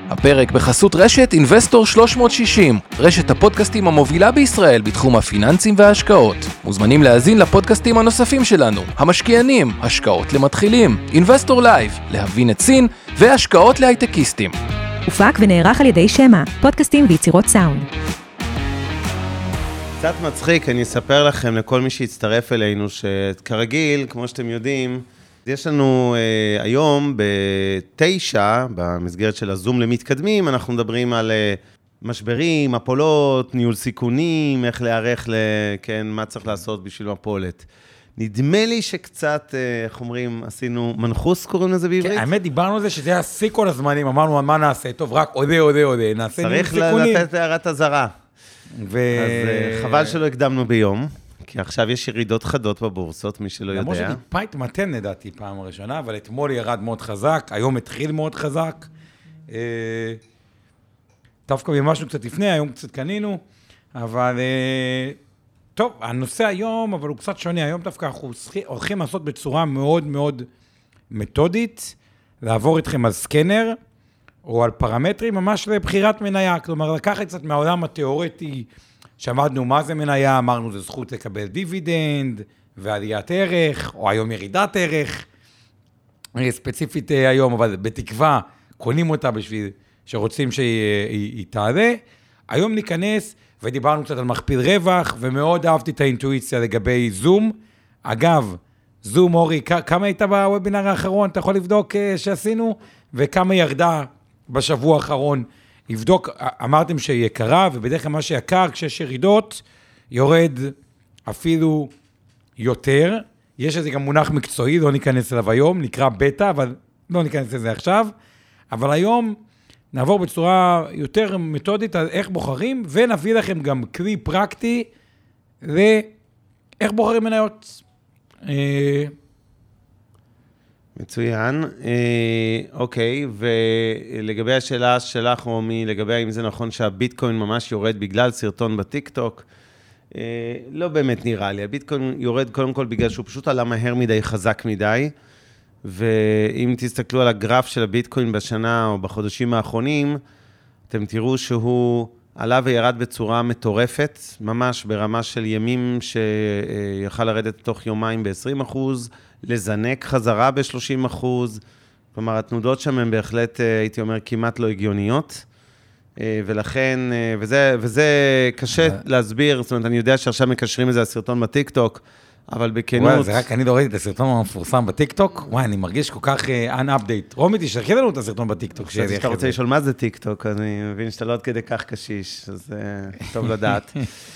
הפרק בחסות רשת Investor 360, רשת הפודקאסטים המובילה בישראל בתחום הפיננסים וההשקעות. מוזמנים להאזין לפודקאסטים הנוספים שלנו, המשקיענים, השקעות למתחילים, Investor Live, להבין את סין והשקעות להייטקיסטים. הופק ונערך על ידי שמה, פודקאסטים ויצירות סאונד. קצת מצחיק, אני אספר לכם לכל מי שיצטרף אלינו, שכרגיל, כמו שאתם יודעים, יש לנו היום ב-9, במסגרת של הזום למתקדמים, אנחנו מדברים על משברים, מפולות, ניהול סיכונים, איך להיערך כן, מה צריך לעשות בשביל מפולת. נדמה לי שקצת, איך אומרים, עשינו מנחוס, קוראים לזה בעברית? כן, האמת, דיברנו על זה שזה היה שיא כל הזמנים, אמרנו, מה נעשה? טוב, רק עודה, נעשה ניהול סיכונים. צריך לתת הערת הזרה. אז חבל שלא הקדמנו ביום. כי עכשיו יש ירידות חדות בבורסות, מי שלא יודע. למרות שטיפה התמתן לדעתי פעם הראשונה, אבל אתמול ירד מאוד חזק, היום התחיל מאוד חזק. דווקא במשהו קצת לפני, היום קצת קנינו, אבל טוב, הנושא היום, אבל הוא קצת שונה. היום דווקא אנחנו הולכים לעשות בצורה מאוד מאוד מתודית, לעבור איתכם על סקנר, או על פרמטרים ממש לבחירת מניה. כלומר, לקחת קצת מהעולם התיאורטי, שמענו מה זה מניה, אמרנו זה זכות לקבל דיבידנד, ועליית ערך, או היום ירידת ערך, ספציפית היום, אבל בתקווה קונים אותה בשביל שרוצים שהיא תעלה. היום ניכנס, ודיברנו קצת על מכפיל רווח, ומאוד אהבתי את האינטואיציה לגבי זום. אגב, זום, אורי, כמה הייתה בוובינר האחרון? אתה יכול לבדוק שעשינו, וכמה ירדה בשבוע האחרון? לבדוק, אמרתם שהיא יקרה, ובדרך כלל מה שיקר, כשיש ירידות, יורד אפילו יותר. יש איזה גם מונח מקצועי, לא ניכנס אליו היום, נקרא בטא, אבל לא ניכנס לזה עכשיו. אבל היום נעבור בצורה יותר מתודית על איך בוחרים, ונביא לכם גם כלי פרקטי לאיך בוחרים מניות. מצוין, אוקיי, ולגבי השאלה שלך, רומי, לגבי האם זה נכון שהביטקוין ממש יורד בגלל סרטון בטיקטוק, לא באמת נראה לי. הביטקוין יורד קודם כל בגלל שהוא פשוט עלה מהר מדי, חזק מדי, ואם תסתכלו על הגרף של הביטקוין בשנה או בחודשים האחרונים, אתם תראו שהוא עלה וירד בצורה מטורפת, ממש ברמה של ימים שיכל לרדת תוך יומיים ב-20%, לזנק חזרה ב-30%, כלומר, התנודות שם הן בהחלט, הייתי אומר, כמעט לא הגיוניות, ולכן, וזה קשה להסביר, זאת אומרת, אני יודע שעכשיו מקשרים את זה לסרטון בטיקטוק, אבל בכנות... וואי, זה רק אני לא ראיתי את הסרטון המפורסם בטיקטוק, וואי, אני מרגיש כל כך un-update. רומי, תשלחי לנו את הסרטון בטיקטוק. שאתה רוצה לשאול מה זה טיקטוק, אני מבין שאתה לא עד כדי כך קשיש, אז טוב לדעת.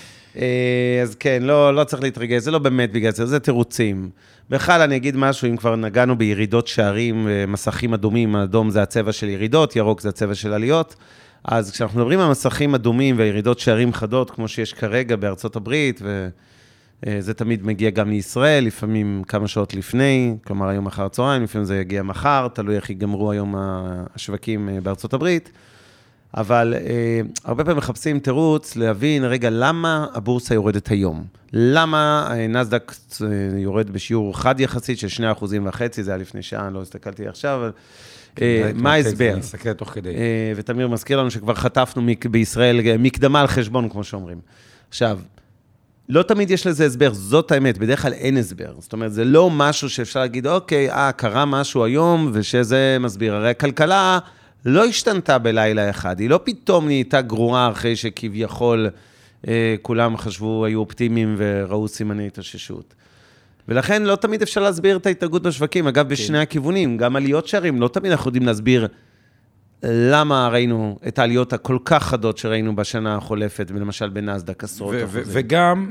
אז כן, לא צריך להתרגש, זה לא באמת בגלל זה, זה תירוצים. בכלל אני אגיד משהו, אם כבר נגענו בירידות שערים, מסכים אדומים, אדום זה הצבע של ירידות, ירוק זה הצבע של עליות, אז כשאנחנו מדברים על מסכים אדומים וירידות שערים חדות, כמו שיש כרגע בארצות הברית, וזה תמיד מגיע גם לישראל, לפעמים כמה שעות לפני, כלומר היום אחר צהריים, לפעמים זה יגיע מחר, תלוי איך ייגמרו היום השווקים בארצות הברית, אבל הרבה פעמים מחפשים תירוץ להבין, רגע, למה הבורסה יורדת היום? למה נסדק יורד בשיעור חד יחסית של 2.5%, זה היה לפני שעה, לא הסתכלתי עכשיו, אבל מה ההסבר? אני אסתכל תוך כדי. ותמיר מזכיר לנו שכבר חטפנו בישראל מקדמה על חשבון, כמו שאומרים. עכשיו, לא תמיד יש לזה הסבר, זאת האמת, בדרך כלל אין הסבר. זאת אומרת, זה לא משהו שאפשר להגיד, אוקיי, קרה משהו היום, ושזה מסביר. הרי הכלכלה לא השתנתה בלילה אחד, היא לא פתאום נהייתה גרועה אחרי שכביכול כולם חשבו, היו אופטימיים וראו סימני התאוששות. ולכן לא תמיד אפשר להסביר את ההתנהגות בשווקים, אגב בשני הכיוונים, גם עליות שערים, לא תמיד אנחנו יודעים להסביר למה ראינו את העליות הכל כך חדות שראינו בשנה החולפת, ולמשל בנסדק עשרות אחוזים. וגם,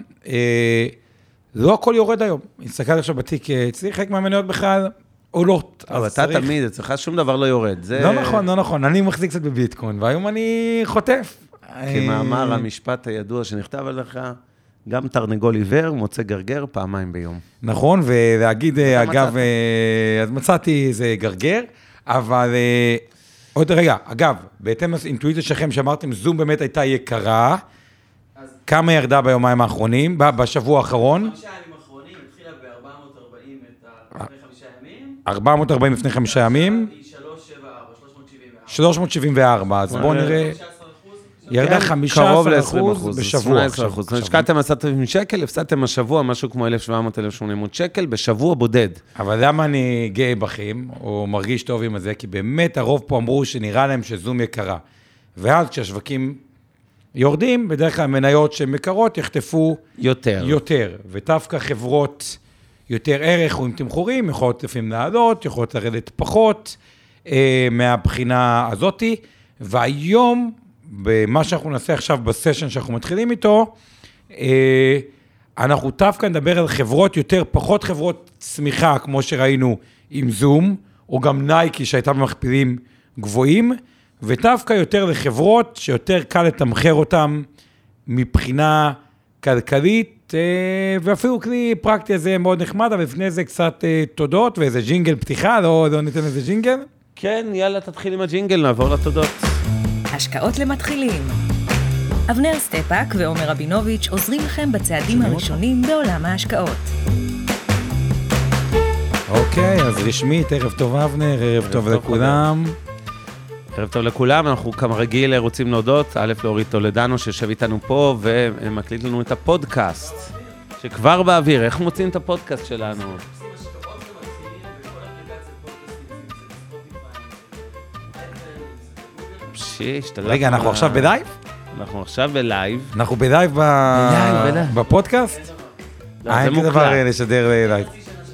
לא הכל יורד היום. נסתכל עכשיו בתיק, צריך חלק מהמניות בכלל, עולות. אבל אתה תמיד, אצלך שום דבר לא יורד. לא נכון, אני מחזיק קצת בביטקוין, והיום אני חוטף. כמאמר המשפט הידוע שנכתב עליך, גם תרנגול עיוור מוצא גרגר פעמיים ביום. נכון, ולהגיד, אגב, אז מצאתי איזה גרגר, אבל עוד רגע, אגב, בהתאם לאינטואיציה שלכם שאמרתם, זום באמת הייתה יקרה, כמה ירדה ביומיים האחרונים, בשבוע האחרון? 5 ימים האחרונים, התחילה ב-440 לפני 5 ימים. 440 לפני 5 ימים? היא 374, 374. 374, אז בואו נראה, ירדה 15% קרוב ל-20%, בשבוע. 18%. השקעתם 10,000 שקל, הפסדתם השבוע משהו כמו 1,700-1,800 שקל, בשבוע בודד. אבל למה אני גאה בכם, או מרגיש טוב עם זה? כי באמת הרוב פה אמרו שנראה להם שזום יקרה. ואז כשהשווקים יורדים, בדרך כלל מניות שהן יקרות יחטפו יותר. ודווקא חברות יותר ערך או עם תמחורים, יכולות לפעמים לעלות, יכולות לרדת פחות מהבחינה הזאת. והיום, במה שאנחנו נעשה עכשיו בסשן שאנחנו מתחילים איתו, אנחנו דווקא נדבר על חברות יותר, פחות חברות צמיחה, כמו שראינו עם זום, או גם נייקי שהייתה במכפילים גבוהים, ודווקא יותר לחברות שיותר קל לתמחר אותם מבחינה כלכלית, ואפילו כלי פרקטי הזה מאוד נחמד, אבל לפני זה קצת תודות, ואיזה ג'ינגל פתיחה, לא ניתן איזה ג'ינגל? כן, יאללה, תתחיל עם הג'ינגל, נעבור לתודות. השקעות למתחילים. אבנר סטפאק ועומר רבינוביץ' עוזרים לכם בצעדים הראשונים בעולם ההשקעות. אוקיי, אז רשמית, ערב טוב אבנר, ערב טוב לכולם. ערב טוב לכולם, אנחנו כמה רגיל רוצים להודות, א' לאורית טולדנו שיושב איתנו פה ומקליט לנו את הפודקאסט, שכבר באוויר. איך מוצאים את הפודקאסט שלנו? רגע, אנחנו עכשיו בלייב? אנחנו עכשיו בלייב. אנחנו בלייב בפודקאסט? אין כדבר לשדר לייב.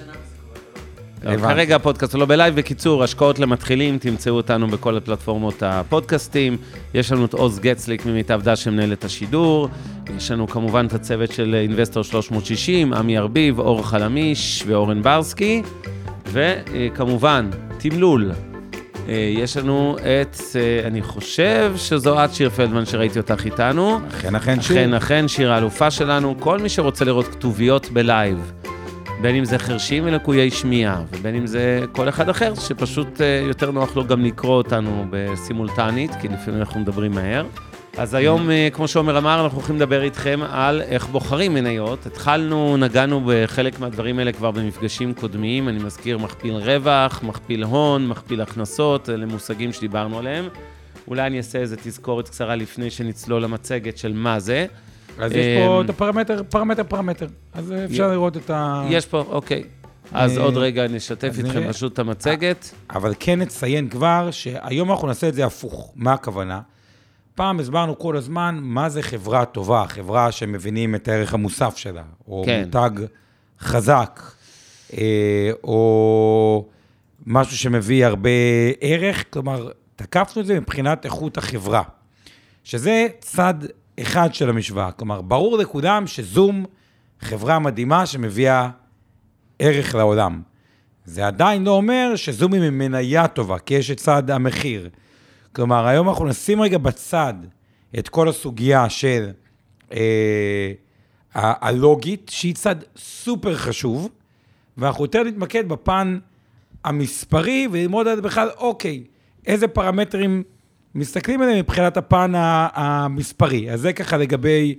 כרגע הפודקאסט הוא לא בלייב. בקיצור, השקעות למתחילים, תמצאו אותנו בכל הפלטפורמות הפודקאסטים. יש לנו את עוז גצליק ממיטב דש שמנהל את השידור. יש לנו כמובן את הצוות של אינבסטור 360, עמי ארביב, אור חלמיש ואורן ברסקי. וכמובן, תמלול. יש לנו את, אני חושב שזו את שיר פלדמן שראיתי אותך איתנו. אכן שיר האלופה שלנו. כל מי שרוצה לראות כתוביות בלייב, בין אם זה חרשים ולקויי שמיעה, ובין אם זה כל אחד אחר, שפשוט יותר נוח לו גם לקרוא אותנו בסימולטנית, כי לפעמים אנחנו מדברים מהר. אז היום, כמו שאומר אמר, אנחנו הולכים לדבר איתכם על איך בוחרים מניות. נגענו בחלק מהדברים האלה כבר במפגשים קודמים. אני מזכיר מכפיל רווח, מכפיל הון, מכפיל הכנסות, אלה מושגים שדיברנו עליהם. אולי אני אעשה איזה תזכורת קצרה לפני שנצלול למצגת של מה זה. אז יש פה את הפרמטר. אז אפשר לראות את ה... יש פה, אוקיי. אז עוד רגע נשתף איתכם פשוט את המצגת. אבל כן נציין כבר שהיום אנחנו נעשה את זה הפוך. מה הכוונה? פעם הסברנו כל הזמן מה זה חברה טובה, חברה שמבינים את הערך המוסף שלה, או מותג חזק, או משהו שמביא הרבה ערך, כלומר, תקפנו את זה מבחינת איכות החברה, שזה צד אחד של המשוואה, כלומר, ברור לכולם שזום חברה מדהימה שמביאה ערך לעולם. זה עדיין לא אומר שזום היא מניה טובה, כי יש את צד המחיר. כלומר, היום אנחנו נשים רגע בצד את כל הסוגיה של הלוגית, שהיא צד סופר חשוב, ואנחנו יותר נתמקד בפן המספרי, וללמוד על זה בכלל, אוקיי, איזה פרמטרים מסתכלים עליהם מבחינת הפן המספרי. אז זה ככה לגבי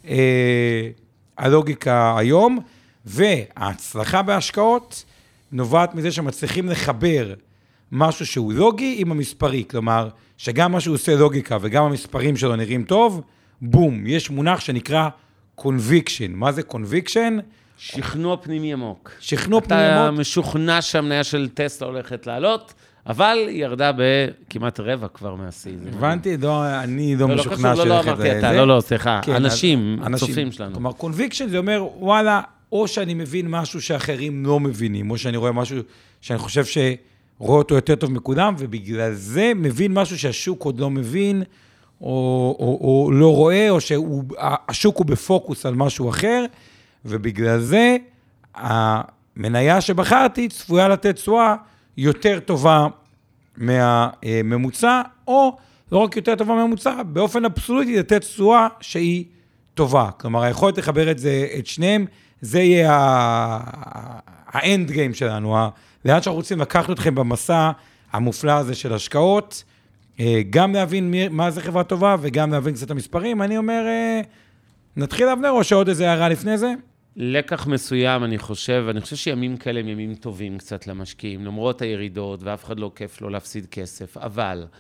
הלוגיקה היום, וההצלחה בהשקעות נובעת מזה שמצליחים לחבר משהו שהוא לוגי עם המספרי, כלומר, שגם מה שהוא עושה לוגיקה וגם המספרים שלו נראים טוב, בום, יש מונח שנקרא conviction. מה זה conviction? שכנוע פנימי עמוק. שכנוע פנימי עמוק. אתה משוכנע שהמניה של טסלה הולכת לעלות, אבל היא ירדה בכמעט רבע כבר מהשיא. הבנתי, אני לא משוכנע שהולכת לזה. לא, סליחה, אנשים, צופים שלנו. כלומר, conviction זה אומר, וואלה, או שאני מבין משהו שאחרים לא מבינים, או שאני רואה משהו שאני חושב רואה אותו יותר טוב מקודם, ובגלל זה מבין משהו שהשוק עוד לא מבין, או לא רואה, או שהשוק הוא בפוקוס על משהו אחר, ובגלל זה המניה שבחרתי צפויה לתת תשואה יותר טובה מהממוצע, או לא רק יותר טובה מהממוצע, באופן אבסולוטי לתת תשואה שהיא טובה. כלומר, היכולת לחבר את שניהם, זה יהיה האנד גיים שלנו, לאן שאנחנו רוצים לקחת אתכם במסע המופלא הזה של השקעות, גם להבין מה זה חברה טובה, וגם להבין קצת המספרים. אני אומר, נתחיל אבנר, או שעוד איזה הערה לפני זה? לקח מסוים, אני חושב שימים כאלה הם ימים טובים קצת למשקיעים, למרות הירידות, ואף אחד לא כיף לו להפסיד כסף, אבל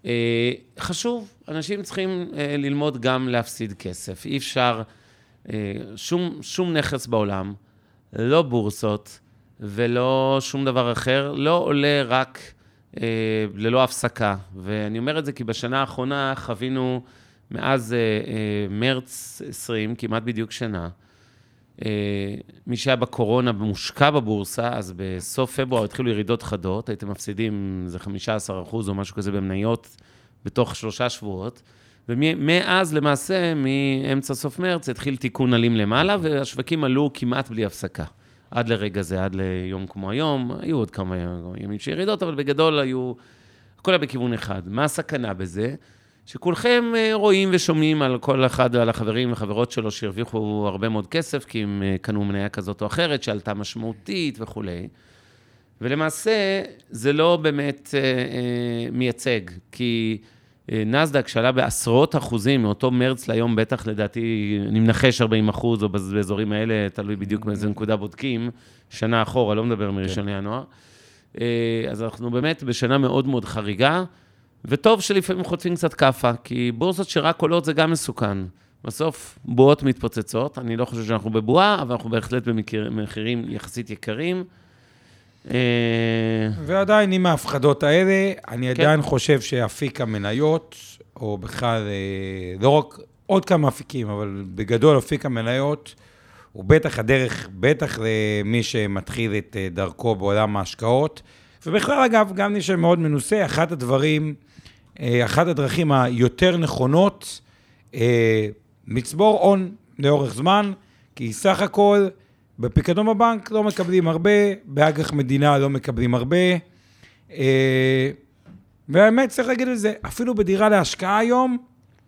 חשוב, אנשים צריכים ללמוד גם להפסיד כסף. אי אפשר, שום נכס בעולם, לא בורסות ולא שום דבר אחר, לא עולה רק ללא הפסקה. ואני אומר את זה כי בשנה האחרונה חווינו מאז מרץ 20, כמעט בדיוק שנה, מי שהיה בקורונה מושקע בבורסה, אז בסוף פברואר התחילו ירידות חדות, הייתם מפסידים איזה 15% או משהו כזה במניות בתוך 3 שבועות, ומאז למעשה, מאמצע סוף מרץ, התחיל תיקון עלים למעלה, והשווקים עלו כמעט בלי הפסקה. עד לרגע זה, עד ליום כמו היום, היו עוד כמה ימים שירידות, אבל בגדול היו, הכל היה בכיוון אחד. מה הסכנה בזה? שכולכם רואים ושומעים על כל אחד ועל החברים וחברות שלו שהרוויחו הרבה מאוד כסף, כי הם קנו מניה כזאת או אחרת, שעלתה משמעותית וכו'. ולמעשה, זה לא באמת מייצג, כי נסדק שעלה בעשרות אחוזים, מאותו מרץ ליום בטח לדעתי, אני מנחש 40%, או באזורים האלה, תלוי בדיוק מאיזה נקודה בודקים, שנה אחורה, לא מדבר מראשון לינואר. אז אנחנו באמת בשנה מאוד מאוד חריגה, וטוב שלפעמים חוטפים קצת קפה, כי בורסות שרק עולות זה גם מסוכן. בסוף בועות מתפוצצות, אני לא חושב שאנחנו בבועה, אבל אנחנו בהחלט במחירים יחסית יקרים. ועדיין עם ההפחדות האלה, אני עדיין חושב שאפיק המניות, או בכלל, לא רק עוד כמה אפיקים, אבל בגדול אפיק המניות, הוא בטח הדרך, בטח למי שמתחיל את דרכו בעולם ההשקעות, ובכלל אגב, גם מי שמאוד מנוסה, אחת הדרכים היותר נכונות, מצבור הון לאורך זמן, כי סך הכל, בפיקדון בבנק לא מקבלים הרבה, באג"ח מדינה לא מקבלים הרבה, והאמת צריך להגיד את זה, אפילו בדירה להשקעה היום,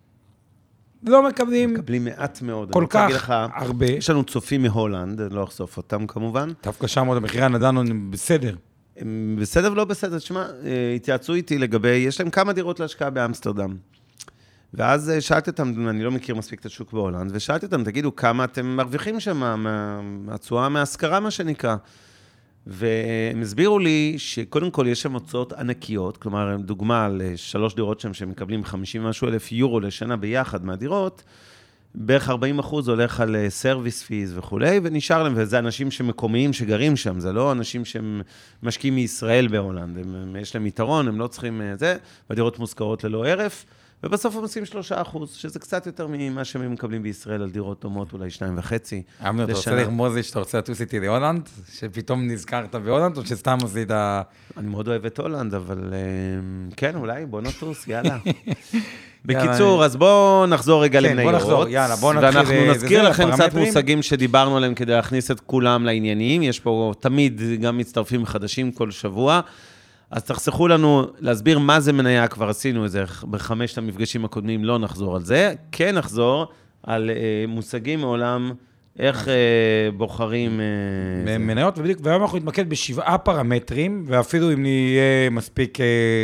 לא מקבלים מעט מאוד. כל כך הרבה. יש לנו צופים מהולנד, אני לא אחשוף אותם כמובן. דווקא שם עוד המחירי הנדל"ן הם בסדר. בסדר ולא בסדר, תשמע, התייעצו איתי לגבי, יש להם כמה דירות להשקעה באמסטרדם. ואז שאלתי אותם, אני לא מכיר מספיק את השוק בהולנד, ושאלתי אותם, תגידו, כמה אתם מרוויחים שם, מהצועה מהשכרה, מה שנקרא. והם הסבירו לי שקודם כל יש שם הוצאות ענקיות, כלומר, דוגמה ל3 דירות שם שמקבלים 50,000 יורו לשנה ביחד מהדירות, בערך 40% הולך על סרוויס פיז וכו', ונשאר להם, וזה אנשים שמקומיים שגרים שם, זה לא אנשים שמשקיעים מישראל בהולנד, יש להם יתרון, הם לא צריכים זה, והדירות מושכרות ללא ערף, ובסוף הם עושים 3%, שזה קצת יותר ממה שהם מקבלים בישראל על דירות דומות, אולי 2.5. אמנון, אתה רוצה לרמוז לי שאתה רוצה לטוס איתי להולנד? שפתאום נזכרת בהולנד, או שסתם עשית... אני מאוד אוהב את הולנד, אבל כן, אולי, בוא נטוס, יאללה. בקיצור, אז בואו נחזור רגע למניות. בואו נחזור, יאללה, בואו נתחיל... ואנחנו נזכיר לכם קצת מושגים שדיברנו עליהם כדי להכניס את כולם לעניינים. יש פה תמיד גם מצטרפים חדשים כל שבוע. אז תחסכו לנו להסביר מה זה מניה, כבר עשינו את זה ב5 המפגשים הקודמים, לא נחזור על זה. כן נחזור על מושגים מעולם, איך בוחרים... מניות, והיום אנחנו נתמקד ב7 פרמטרים, ואפילו אם נהיה מספיק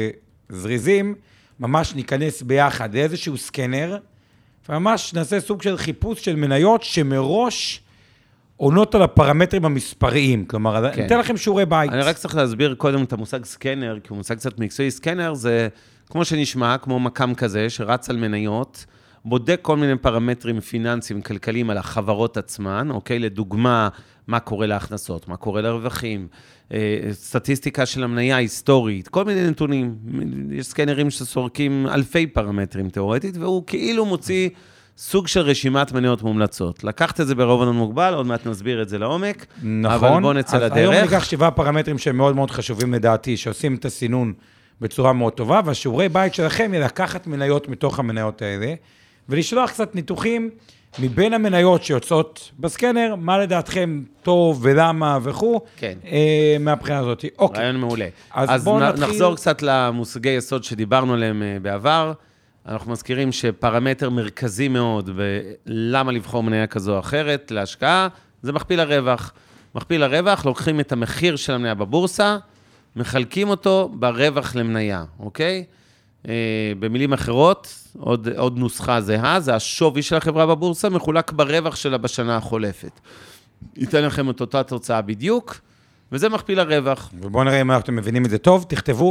זריזים, ממש ניכנס ביחד לאיזשהו סקנר, וממש נעשה סוג של חיפוש של מניות שמראש עונות על הפרמטרים המספריים. כלומר, אני אתן לכם שיעורי בית. אני רק צריך להסביר קודם את המושג סקנר, כי הוא מושג קצת מקצועי. סקנר זה כמו שנשמע, כמו מקם כזה, שרץ על מניות, בודק כל מיני פרמטרים פיננסיים, כלכליים על החברות עצמן, אוקיי? לדוגמה, מה קורה להכנסות, מה קורה לרווחים, סטטיסטיקה של המניה היסטורית, כל מיני נתונים. יש סקנרים שסורקים אלפי פרמטרים תיאורטית, והוא כאילו מוציא סוג של רשימת מניות מומלצות. לקחת את זה ברובד מוגבל, עוד מעט נסביר את זה לעומק, נכון. אבל בוא נצא לדרך. היום ניקח 7 פרמטרים שהם מאוד מאוד חשובים לדעתי, שעושים את הסינון בצורה מאוד טובה, והשיעורי בית שלכם היא לקחת מניות מתוך המניות האלה, ולשלוח קצת ניתוחים מבין המניות שיוצאות בסקנר, מה לדעתכם טוב ולמה וכו', כן. מהבחינה הזאת. אוקיי. רעיון מעולה. אז נחזור קצת למושגי יסוד שדיברנו עליהם בעבר. אנחנו מזכירים שפרמטר מרכזי מאוד, ולמה לבחור מניה כזו או אחרת להשקעה, זה מכפיל הרווח. מכפיל הרווח, לוקחים את המחיר של המניה בבורסה, מחלקים אותו ברווח למניה, אוקיי? במילים אחרות, עוד נוסחה זהה, זה השווי של החברה בבורסה, מחולק ברווח שלה בשנה החולפת. ייתן לכם את אותה תוצאה בדיוק, וזה מכפיל הרווח. ובואו נראה אם אתם מבינים את זה טוב, תכתבו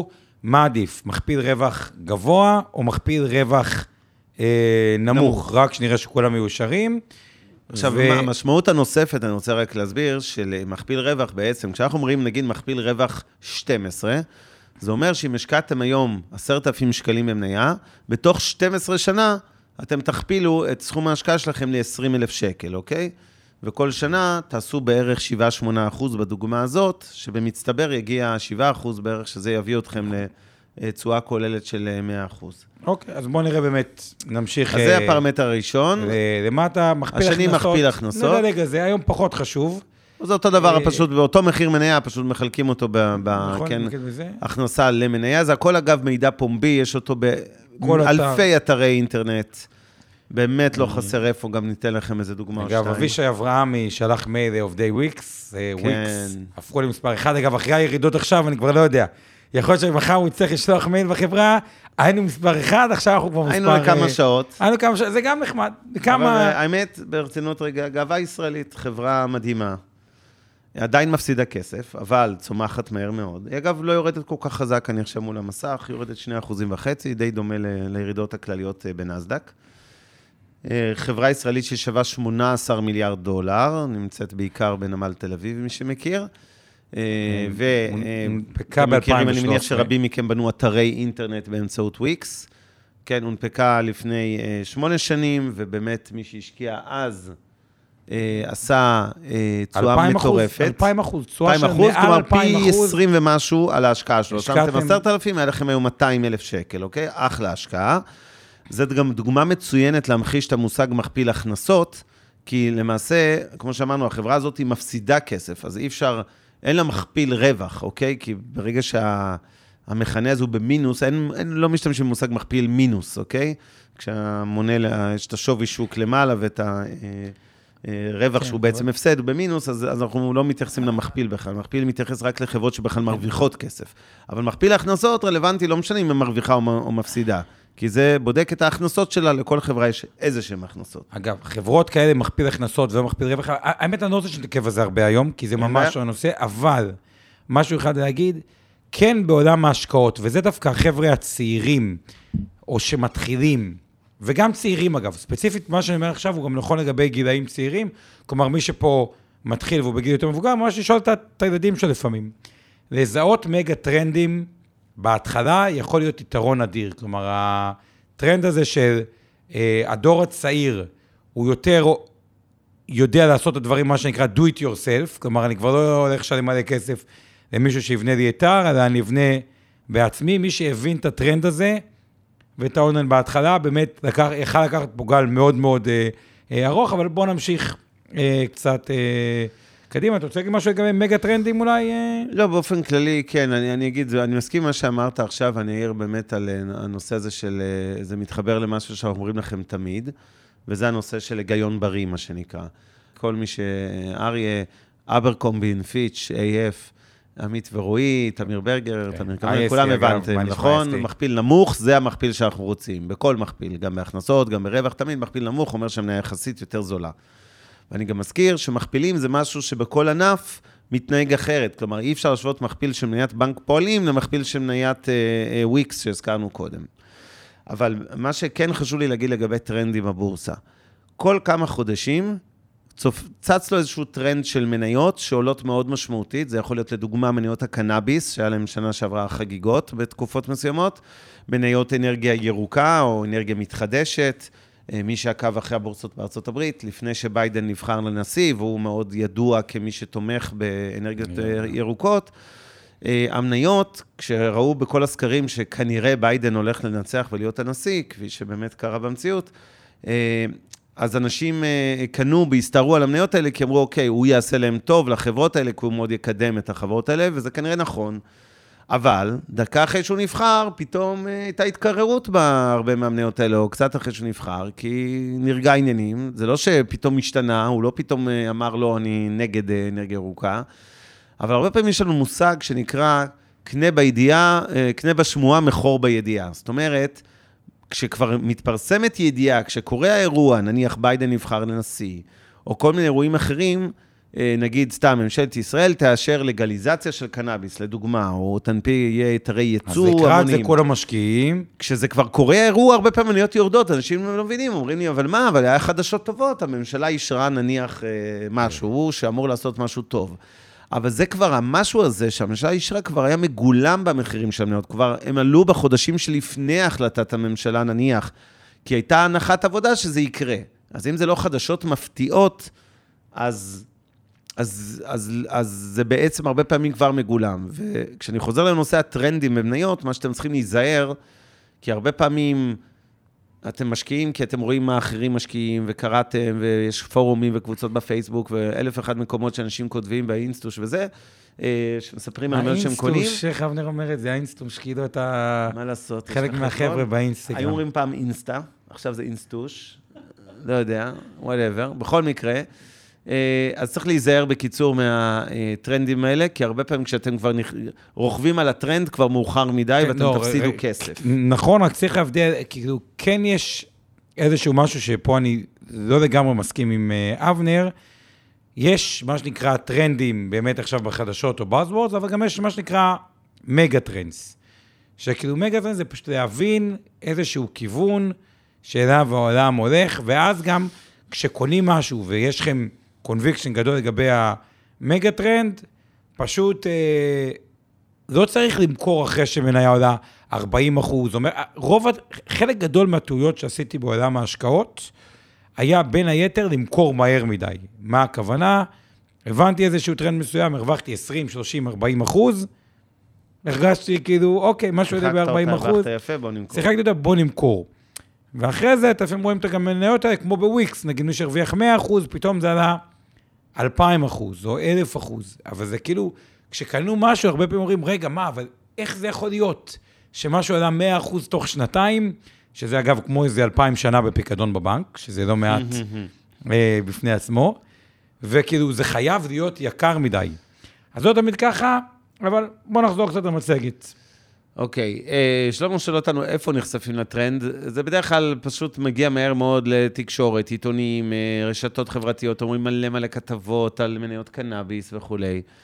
מה עדיף? מכפיל רווח גבוה, או מכפיל רווח נמוך? רק שנראה שכולם מיושרים. עכשיו, המשמעות הנוספת, אני רוצה רק להסביר, של מכפיל רווח בעצם, כשאנחנו אומרים, נגיד, מכפיל רווח 12, זה אומר שאם השקעתם היום 10,000 שקלים במניה, בתוך 12 שנה, אתם תכפילו את סכום ההשקעה שלכם ל-20,000 שקל, אוקיי? וכל שנה תעשו בערך 7-8% בדוגמה הזאת, שבמצטבר יגיע 7% בערך, שזה יביא אתכם לתשואה כוללת של 100%. אוקיי, אז בואו נראה באמת, נמשיך. אז זה הפרמטר הראשון. למטה, מכפיל הכנסות. השני מכפיל הכנסות. נדלג על זה, היום פחות חשוב. זה אותו דבר, פשוט באותו מחיר מניה, פשוט מחלקים אותו בהכנסה למניה. זה הכל אגב מידע פומבי, יש אותו באלפי אתרי אינטרנט. באמת לא חסר איפה, גם ניתן לכם איזה דוגמה או שתיים. אגב, אבישי אברהמי שלח מייל לעובדי וויקס, וויקס הפכו למספר אחד, אגב, אחרי הירידות עכשיו, אני כבר לא יודע. יכול להיות שמחר הוא יצטרך לשלוח מייל בחברה, היינו מספר אחד, עכשיו אנחנו כבר מספר... היינו לכמה שעות. היינו כמה שעות, זה גם נחמד. האמת, ברצינות רגע, גאווה ישראלית, חברה מדהימה. עדיין מפסידה כסף, אבל צומחת מהר מאוד. היא אגב לא יורדת כל כך חזק, אני חושב מול המסך, היא יורדת 2.5%, די דומה לירידות הכלליות בנסדק. חברה ישראלית ששווה $18 מיליארד, נמצאת בעיקר בנמל תל אביב, מי שמכיר. ומכירים, אני מניח שרבים מכם בנו אתרי אינטרנט באמצעות וויקס. כן, הונפקה לפני 8 שנים, ובאמת מי שהשקיע אז עשה תשואה מטורפת. 200%, תשואה של מעל 200%. כלומר פי 20 ומשהו על ההשקעה שלו. שמתם 10,000, היה לכם היום 200,000 שקל, אוקיי? אחלה השקעה. זאת גם דוגמה מצוינת להמחיש את המושג מכפיל הכנסות, כי למעשה, כמו שאמרנו, החברה הזאת היא מפסידה כסף, אז אי אפשר, אין לה מכפיל רווח, אוקיי? כי ברגע שהמכנה הזה הוא במינוס, לא משתמשים במושג מכפיל מינוס, אוקיי? כשהמונה, יש את השווי שוק למעלה ואת הרווח שהוא בעצם הפסד, הוא במינוס, אז אנחנו לא מתייחסים למכפיל בכלל. מכפיל מתייחס רק לחברות שבכלל מרוויחות כסף. אבל מכפיל ההכנסות רלוונטי, לא משנה אם היא מרוויחה או מפסידה. כי זה בודק את ההכנסות שלה, לכל חברה יש איזה שהן הכנסות. אגב, חברות כאלה מכפיל הכנסות ומכפיל רווח, האמת אני לא רוצה שנתעכב על זה הרבה היום, כי זה ממש הנושא, אבל משהו אחד להגיד, כן בעולם ההשקעות, וזה דווקא החבר'ה הצעירים, או שמתחילים, וגם צעירים אגב, ספציפית מה שאני אומר עכשיו, הוא גם נכון לגבי גילאים צעירים, כלומר מי שפה מתחיל והוא בגיל יותר מבוגר, ממש לשאול את הילדים שלו לפעמים. לזהות מגה טרנדים, בהתחלה יכול להיות יתרון אדיר, כלומר, הטרנד הזה של הדור הצעיר, הוא יותר יודע לעשות את הדברים, מה שנקרא do it yourself, כלומר, אני כבר לא הולך לשלם מלא כסף למישהו שיבנה לי אתר, אלא אני אבנה בעצמי, מי שהבין את הטרנד הזה, ואת האונליין בהתחלה, באמת יכל לקחת פה גל מאוד מאוד ארוך, אבל בואו נמשיך קצת... קדימה, אתה רוצה להגיד משהו לגבי מגה טרנדים אולי? לא, באופן כללי, כן, אני אגיד, אני מסכים מה שאמרת עכשיו, אני אעיר באמת על הנושא הזה של, זה מתחבר למשהו שאנחנו אומרים לכם תמיד, וזה הנושא של היגיון בריא, מה שנקרא. כל מי שאריה, אברקומבין, פיץ', AF, עמית ורועי, תמיר ברגר, תמיר קמר, כולם הבנתם, נכון? מכפיל נמוך, זה המכפיל שאנחנו רוצים, בכל מכפיל, גם בהכנסות, גם ברווח, תמיד מכפיל נמוך, אומר שהמניה יחסית יותר זולה. ואני גם מזכיר שמכפילים זה משהו שבכל ענף מתנהג אחרת. כלומר, אי אפשר להשוות מכפיל של מניית בנק פועלים למכפיל של מניית וויקס שהזכרנו קודם. אבל מה שכן חשוב לי להגיד לגבי טרנדים בבורסה, כל כמה חודשים צץ לו איזשהו טרנד של מניות שעולות מאוד משמעותית. זה יכול להיות לדוגמה מניות הקנאביס, שהיה להם שנה שעברה חגיגות בתקופות מסוימות, מניות אנרגיה ירוקה או אנרגיה מתחדשת, מי שעקב אחרי הבורסות בארצות הברית, לפני שביידן נבחר לנשיא, והוא מאוד ידוע כמי שתומך באנרגיות ירוקות, המניות, כשראו בכל הסקרים שכנראה ביידן הולך לנצח ולהיות הנשיא, כפי שבאמת קרה במציאות, אז אנשים קנו, בהסתערו על המניות האלה, כי אמרו, אוקיי, הוא יעשה להם טוב לחברות האלה, כי הוא מאוד יקדם את החברות האלה, וזה כנראה נכון. אבל דקה אחרי שהוא נבחר, פתאום הייתה התקררות בהרבה מהמניות האלה, או קצת אחרי שהוא נבחר, כי נרגע עניינים. זה לא שפתאום השתנה, הוא לא פתאום אמר לו, אני נגד אנרגיה ירוקה, אבל הרבה פעמים יש לנו מושג שנקרא, קנה בידיעה, קנה בשמועה, מחור בידיעה. זאת אומרת, כשכבר מתפרסמת ידיעה, כשקורה האירוע, נניח ביידן נבחר לנשיא, או כל מיני אירועים אחרים, נגיד סתם, ממשלת ישראל תאשר לגליזציה של קנאביס, לדוגמה, או יהיה היתרי ייצוא המונים. אז לקראת זה כל המשקיעים. כשזה כבר קורה אירוע, הרבה פעמים מניות יורדות, אנשים לא מבינים, אומרים לי, אבל מה, אבל היה חדשות טובות, הממשלה אישרה נניח משהו, שאמור לעשות משהו טוב. אבל זה כבר, המשהו הזה שהממשלה אישרה כבר היה מגולם במחירים של המניות, כבר הם עלו בחודשים שלפני החלטת הממשלה נניח, כי הייתה הנחת עבודה שזה יקרה. אז אם זה לא חדשות מפתיעות, אז זה בעצם הרבה פעמים כבר מגולם. וכשאני חוזר לנושא הטרנדים במניות, מה שאתם צריכים להיזהר, כי הרבה פעמים אתם משקיעים, כי אתם רואים מה אחרים משקיעים, וקראתם, ויש פורומים וקבוצות בפייסבוק, ואלף אחד מקומות שאנשים כותבים באינסטוש וזה, שמספרים על מה שהם קונים. האינסטוש, איך אבנר אומר את זה, האינסטוש, כאילו אתה... מה לעשות? חלק מהחבר'ה באינסטגרם. היו אומרים פעם אינסטה, עכשיו זה אינסטוש, לא יודע, whatever, בכל מקרה. אז צריך להיזהר בקיצור מהטרנדים האלה, כי הרבה פעמים כשאתם כבר רוכבים על הטרנד, כבר מאוחר מדי, ואתם תפסידו כסף. נכון, רק צריך להבדיל, כאילו, כן יש איזשהו משהו שפה אני לא לגמרי מסכים עם אבנר, יש מה שנקרא טרנדים, באמת עכשיו בחדשות או buzzwords, אבל גם יש מה שנקרא מגה טרנדס. שכאילו מגה טרנדס זה פשוט להבין איזשהו כיוון שאליו העולם הולך, ואז גם כשקונים משהו ויש לכם קונביקשן גדול לגבי המגה טרנד, פשוט לא צריך למכור אחרי שמניה עולה 40%. חלק גדול מהטעויות שעשיתי בעולם ההשקעות, היה בין היתר למכור מהר מדי. מה הכוונה? הבנתי איזשהו טרנד מסוים, הרווחתי 20, 30, 40%, הרגשתי כאילו, אוקיי, משהו יודע ב-40%, שיחקתי אותה, בוא נמכור. ואחרי זה, אתם רואים את המניות האלה, כמו בוויקס, נגיד מי שהרוויח 100%, פתאום זה עלה 2,000% או 1,000%. אבל זה כאילו, כשקנו משהו, הרבה פעמים אומרים, רגע, מה, אבל איך זה יכול להיות? שמשהו עלה 100% תוך שנתיים, שזה אגב כמו איזה 2,000 שנה בפיקדון בבנק, שזה לא מעט בפני עצמו, וכאילו זה חייב להיות יקר מדי. אז לא תמיד ככה, אבל בואו נחזור קצת למצגת. אוקיי, שלמה שואל אותנו איפה נחשפים לטרנד, זה בדרך כלל פשוט מגיע מהר מאוד לתקשורת, עיתונים, רשתות חברתיות, אומרים מלא כתבות על מניות קנאביס וכו'.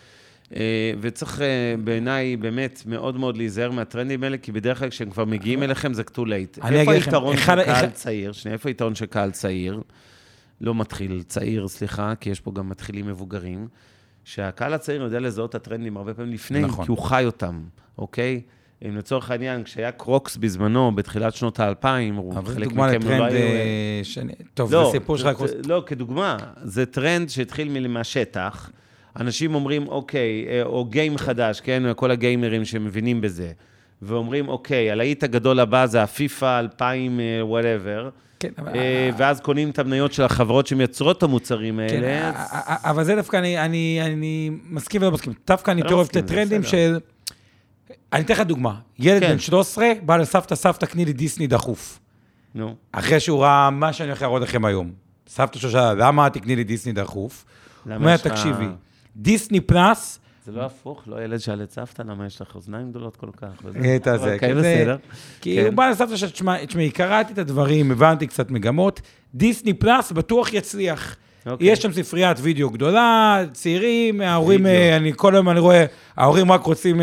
וצריך בעיניי באמת מאוד מאוד להיזהר מהטרנדים האלה, כי בדרך כלל כשהם כבר מגיעים אליכם זה too late. איפה היתרון של קהל צעיר? איפה היתרון של קהל צעיר? לא מתחיל צעיר, סליחה, כי יש פה גם מתחילים מבוגרים, שהקהל הצעיר יודע לזהות את הטרנדים הרבה פעמים לפני, כי הוא חי אותם, אוקיי? אם לצורך העניין, כשהיה קרוקס בזמנו, בתחילת שנות ה-2000, חלק מכם לא היו... טוב, זה סיפור של הקרוקס. לא, כדוגמה, זה טרנד שהתחיל מהשטח, אנשים אומרים, אוקיי, או גיים חדש, כן? כל הגיימרים שמבינים בזה, ואומרים, אוקיי, הלהיט הגדול הבא זה הפיפה 2000, whatever, ואז קונים את המניות של החברות שמייצרות את המוצרים האלה. אבל זה דווקא, אני מסכים ולא מסכים. דווקא אני אוהב את הטרנדים של... אני אתן לך דוגמה. ילד בן 13 בא לסבתא, סבתא קני לי דיסני דחוף. נו. אחרי שהוא ראה מה שאני הולך להראות לכם היום. סבתא שואלה, למה תקני לי דיסני דחוף? אומר, תקשיבי, דיסני פלאס... זה לא הפוך, לא ילד שאל את סבתא, למה יש לך אוזניים גדולות כל כך? את זה, כי הוא בא לסבתא שתשמעי, קראתי את הדברים, הבנתי קצת מגמות, דיסני פלאס בטוח יצליח. יש שם ספריית וידאו גדולה, צעירים, ההורים, כל היום אני רואה, ההורים רק רוצים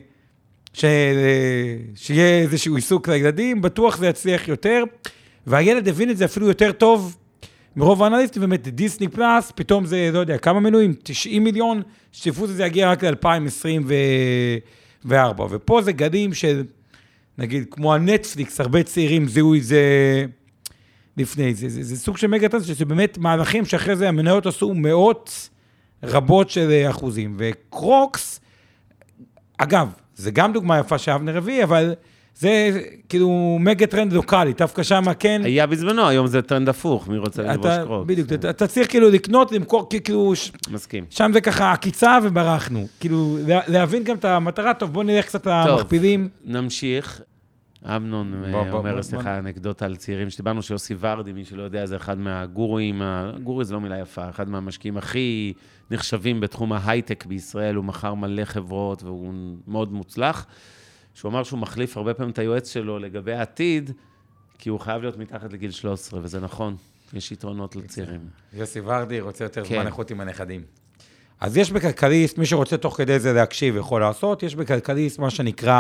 שיהיה איזשהו עיסוק לילדים, בטוח זה יצליח יותר, והילד הבין את זה אפילו יותר טוב, מרוב האנליסטים, באמת, דיסני פלאס, פתאום זה, לא יודע, כמה מנויים? 90 מיליון, שציפות זה יגיע רק ל-2024. ופה זה גדים של, נגיד, כמו הנטפליקס, הרבה צעירים זיהו את זה לפני. זה סוג של מגה טרנד, שזה באמת מהלכים שאחרי זה המניות עשו מאות רבות של אחוזים. וקרוקס, אגב, זה גם דוגמה יפה שאבנר הביא, אבל... זה כאילו מגה טרנד לוקלי, דווקא שם כן... היה בזמנו, היום זה טרנד הפוך, מי רוצה ללבוש קרוקס? בדיוק, אתה צריך כאילו לקנות, למכור, כאילו... מסכים. שם זה ככה עקיצה וברחנו. כאילו, להבין גם את המטרה, טוב, בואו נלך קצת למכפילים. נמשיך. אמנון אומר, סליחה, אנקדוטה על צעירים, שדיברנו שיוסי ורדי, מי שלא יודע, זה אחד מהגורואים, הגורוי זה לא מילה יפה, אחד מהמשקיעים הכי נחשבים בתחום ההייטק בישראל, הוא מכר מלא חברות והוא מאוד מוצלח. שהוא אמר שהוא מחליף הרבה פעמים את היועץ שלו לגבי העתיד, כי הוא חייב להיות מתחת לגיל 13, וזה נכון, יש יתרונות לצעירים. יוסי ורדי רוצה יותר זמן איכות עם הנכדים. אז יש בכלכליסט, מי שרוצה תוך כדי זה להקשיב יכול לעשות, יש בכלכליסט מה שנקרא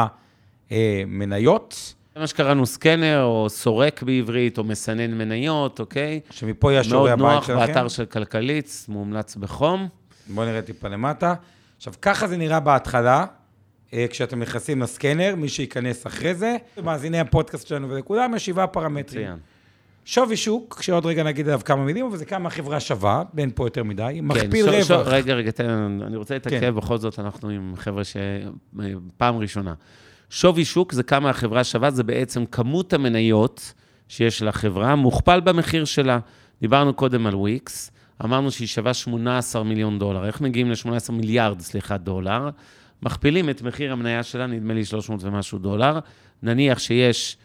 מניות. זה מה שקראנו סקנר, או סורק בעברית, או מסנן מניות, אוקיי? שמפה יש שיעורי הבית שלכם. מאוד נוח באתר של כלכליסט, מומלץ בחום. בואו נראה טיפה למטה. עכשיו, ככה זה נראה בהתחלה, כשאתם נכנסים לסקנר, מי שייכנס אחרי זה, מאזיני הפודקאסט שלנו ולכולם, יש 7 פרמטרים. שווי שוק, שעוד רגע נגיד עליו כמה מילים, אבל זה כמה החברה שווה, בין פה יותר מדי, מכפיל רווח. רגע, אני רוצה להתעכב, בכל זאת אנחנו עם חבר'ה שפעם ראשונה. שווי שוק זה כמה החברה שווה, זה בעצם כמות המניות שיש לחברה, מוכפל במחיר שלה. דיברנו קודם על וויקס, אמרנו שהיא שווה $18 מיליון. איך מגיעים ל-18 מיליארד, דולר? מכפילים את מחיר המניה שלה, נדמה לי 300 ומשהו דולר. נניח שיש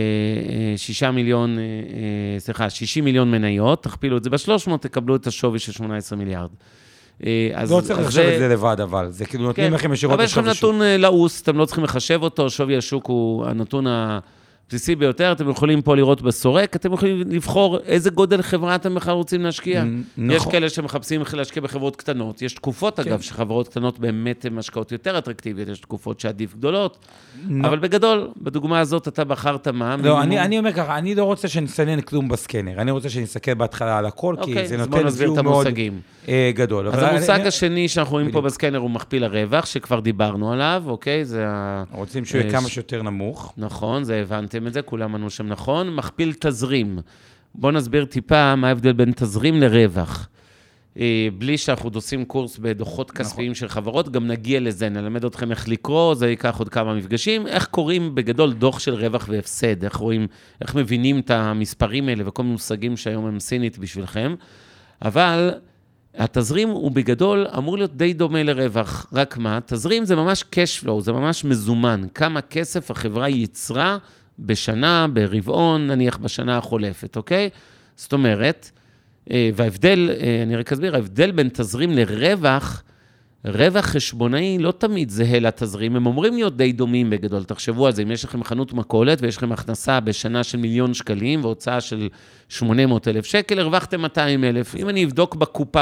60 מיליון מניות, תכפילו את זה ב-300, תקבלו את השווי של 18 מיליארד. לא צריך לחשב את זה לבד, אבל זה כאילו נותנים לכם ישירות לשווי שוק. אבל יש לכם נתון לעוס, אתם לא צריכים לחשב אותו, שווי השוק הוא הנתון הבסיסי ביותר, אתם יכולים פה לראות בסורק, אתם יכולים לבחור איזה גודל חברה אתם בכלל רוצים להשקיע. יש כאלה שמחפשים להשקיע בחברות קטנות, יש תקופות אגב, שחברות קטנות באמת הן השקעות יותר אטרקטיביות, יש תקופות שעדיף גדולות, אבל בגדול, בדוגמה הזאת אתה בחרת מה? לא, אני אומר ככה, אני לא רוצה שנסנן כלום בסקנר, אני רוצה שנסתכל בהתחלה על הכל, כי זה נותן ויו מאוד גדול. אז המושג השני שאנחנו רואים פה בסקנר הוא מכפיל הרווח, שכבר דיברנו עליו, אוקיי? רוצים שהוא יהיה כמה שיותר נמוך. נכון, זה הבנתם את זה, כולם ענו שם נכון. מכפיל תזרים. בואו נסביר טיפה מה ההבדל בין תזרים לרווח. בלי שאנחנו עושים קורס בדוחות כספיים של חברות, גם נגיע לזה, נלמד אתכם איך לקרוא, זה ייקח עוד כמה מפגשים, איך קוראים בגדול דוח של רווח והפסד, איך רואים, איך מבינים את המספרים האלה וכל מושגים שהיום הם סינית בשבילכם, אבל התזרים הוא בגדול אמור להיות די דומה לרווח, רק מה? תזרים זה ממש cash flow, זה ממש מזומן, כמה כסף החברה יצרה בשנה, ברבעון, נניח בשנה החולפת, אוקיי? זאת אומרת, וההבדל, אני רק אסביר, ההבדל בין תזרים לרווח, רווח חשבונאי לא תמיד זהה לתזרים, הם אומרים להיות די דומים בגדול, תחשבו על זה, אם יש לכם חנות מכולת ויש לכם הכנסה בשנה של $1,000,000 והוצאה של 800,000 שקל, הרווחתם 200,000, אם אני אבדוק בקופה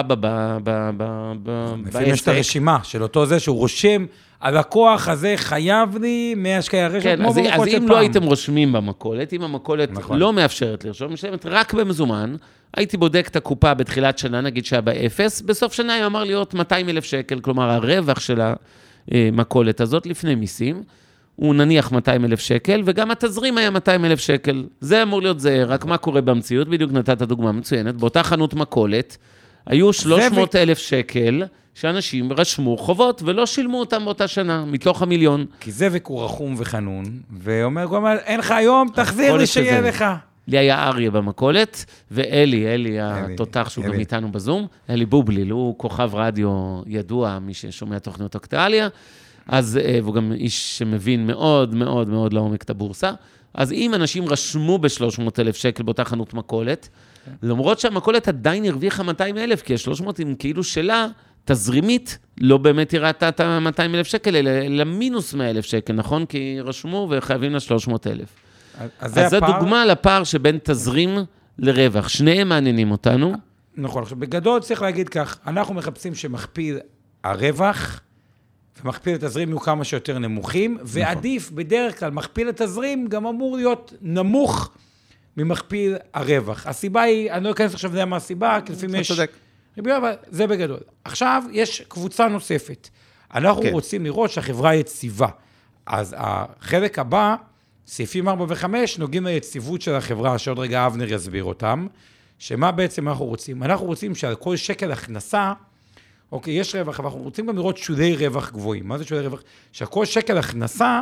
לפעמים יש את הרשימה של אותו זה שהוא רושם, הלקוח הזה חייב לי מהשקעי הרשת, כן, אז אם לא הייתם רושמים במכולת, אם המכולת לא מאפשרת לרשום, משלמת רק במזומן, הייתי בודק את הקופה בתחילת שנה, נגיד שהיה באפס, בסוף שנה היא אמר להיות 200,000 שקל, כלומר הרווח של המכולת הזאת לפני מיסים, הוא נניח 200,000 שקל, וגם התזרים היה 200,000 שקל. זה אמור להיות זה, רק מה קורה במציאות, בדיוק נתת דוגמה מצוינת, באותה חנות מכולת, היו 300,000 שקל, שאנשים רשמו חובות ולא שילמו אותם באותה שנה, מתוך $1,000,000. כי זה וקור רחום וחנון, ואומר, אין לך היום, תחזיר לי שיהיה לך. לי היה אריה במכולת, ואלי התותח שהוא גם איתנו בזום, אלי בובליל, הוא כוכב רדיו ידוע, מי ששומע תוכניות אקטואליה, אז הוא גם איש שמבין מאוד מאוד מאוד לעומק את הבורסה, אז אם אנשים רשמו ב-300,000 שקל באותה חנות מכולת, למרות שהמכולת עדיין הרוויחה 200,000, כי ה-300 הם כאילו שלה, תזרימית, לא באמת הראתה את ה-200,000 שקל, אלא מינוס 100,000 שקל, נכון? כי רשמו וחייבים ל-300,000. אז זה דוגמה לפער שבין תזרים לרווח. שניהם מעניינים אותנו. נכון, עכשיו בגדול צריך להגיד כך, אנחנו מחפשים שמכפיל הרווח, ומכפיל התזרים יהיו כמה שיותר נמוכים, ועדיף בדרך כלל, מכפיל התזרים גם אמור להיות נמוך ממכפיל הרווח. הסיבה היא, אני לא אכנס עכשיו לדעת מה הסיבה, כי לפעמים יש ריביות, אבל זה בגדול. עכשיו יש קבוצה נוספת. אנחנו רוצים לראות שהחברה יציבה. אז החלק הבא, סעיפים 4 ו-5, נוגעים ליציבות של החברה, שעוד רגע אבנר יסביר אותם, שמה בעצם אנחנו רוצים? אנחנו רוצים שעל כל שקל הכנסה, אוקיי, יש רווח, אבל אנחנו רוצים גם לראות שולי רווח גבוהים. מה זה שולי רווח? שעל כל שקל הכנסה,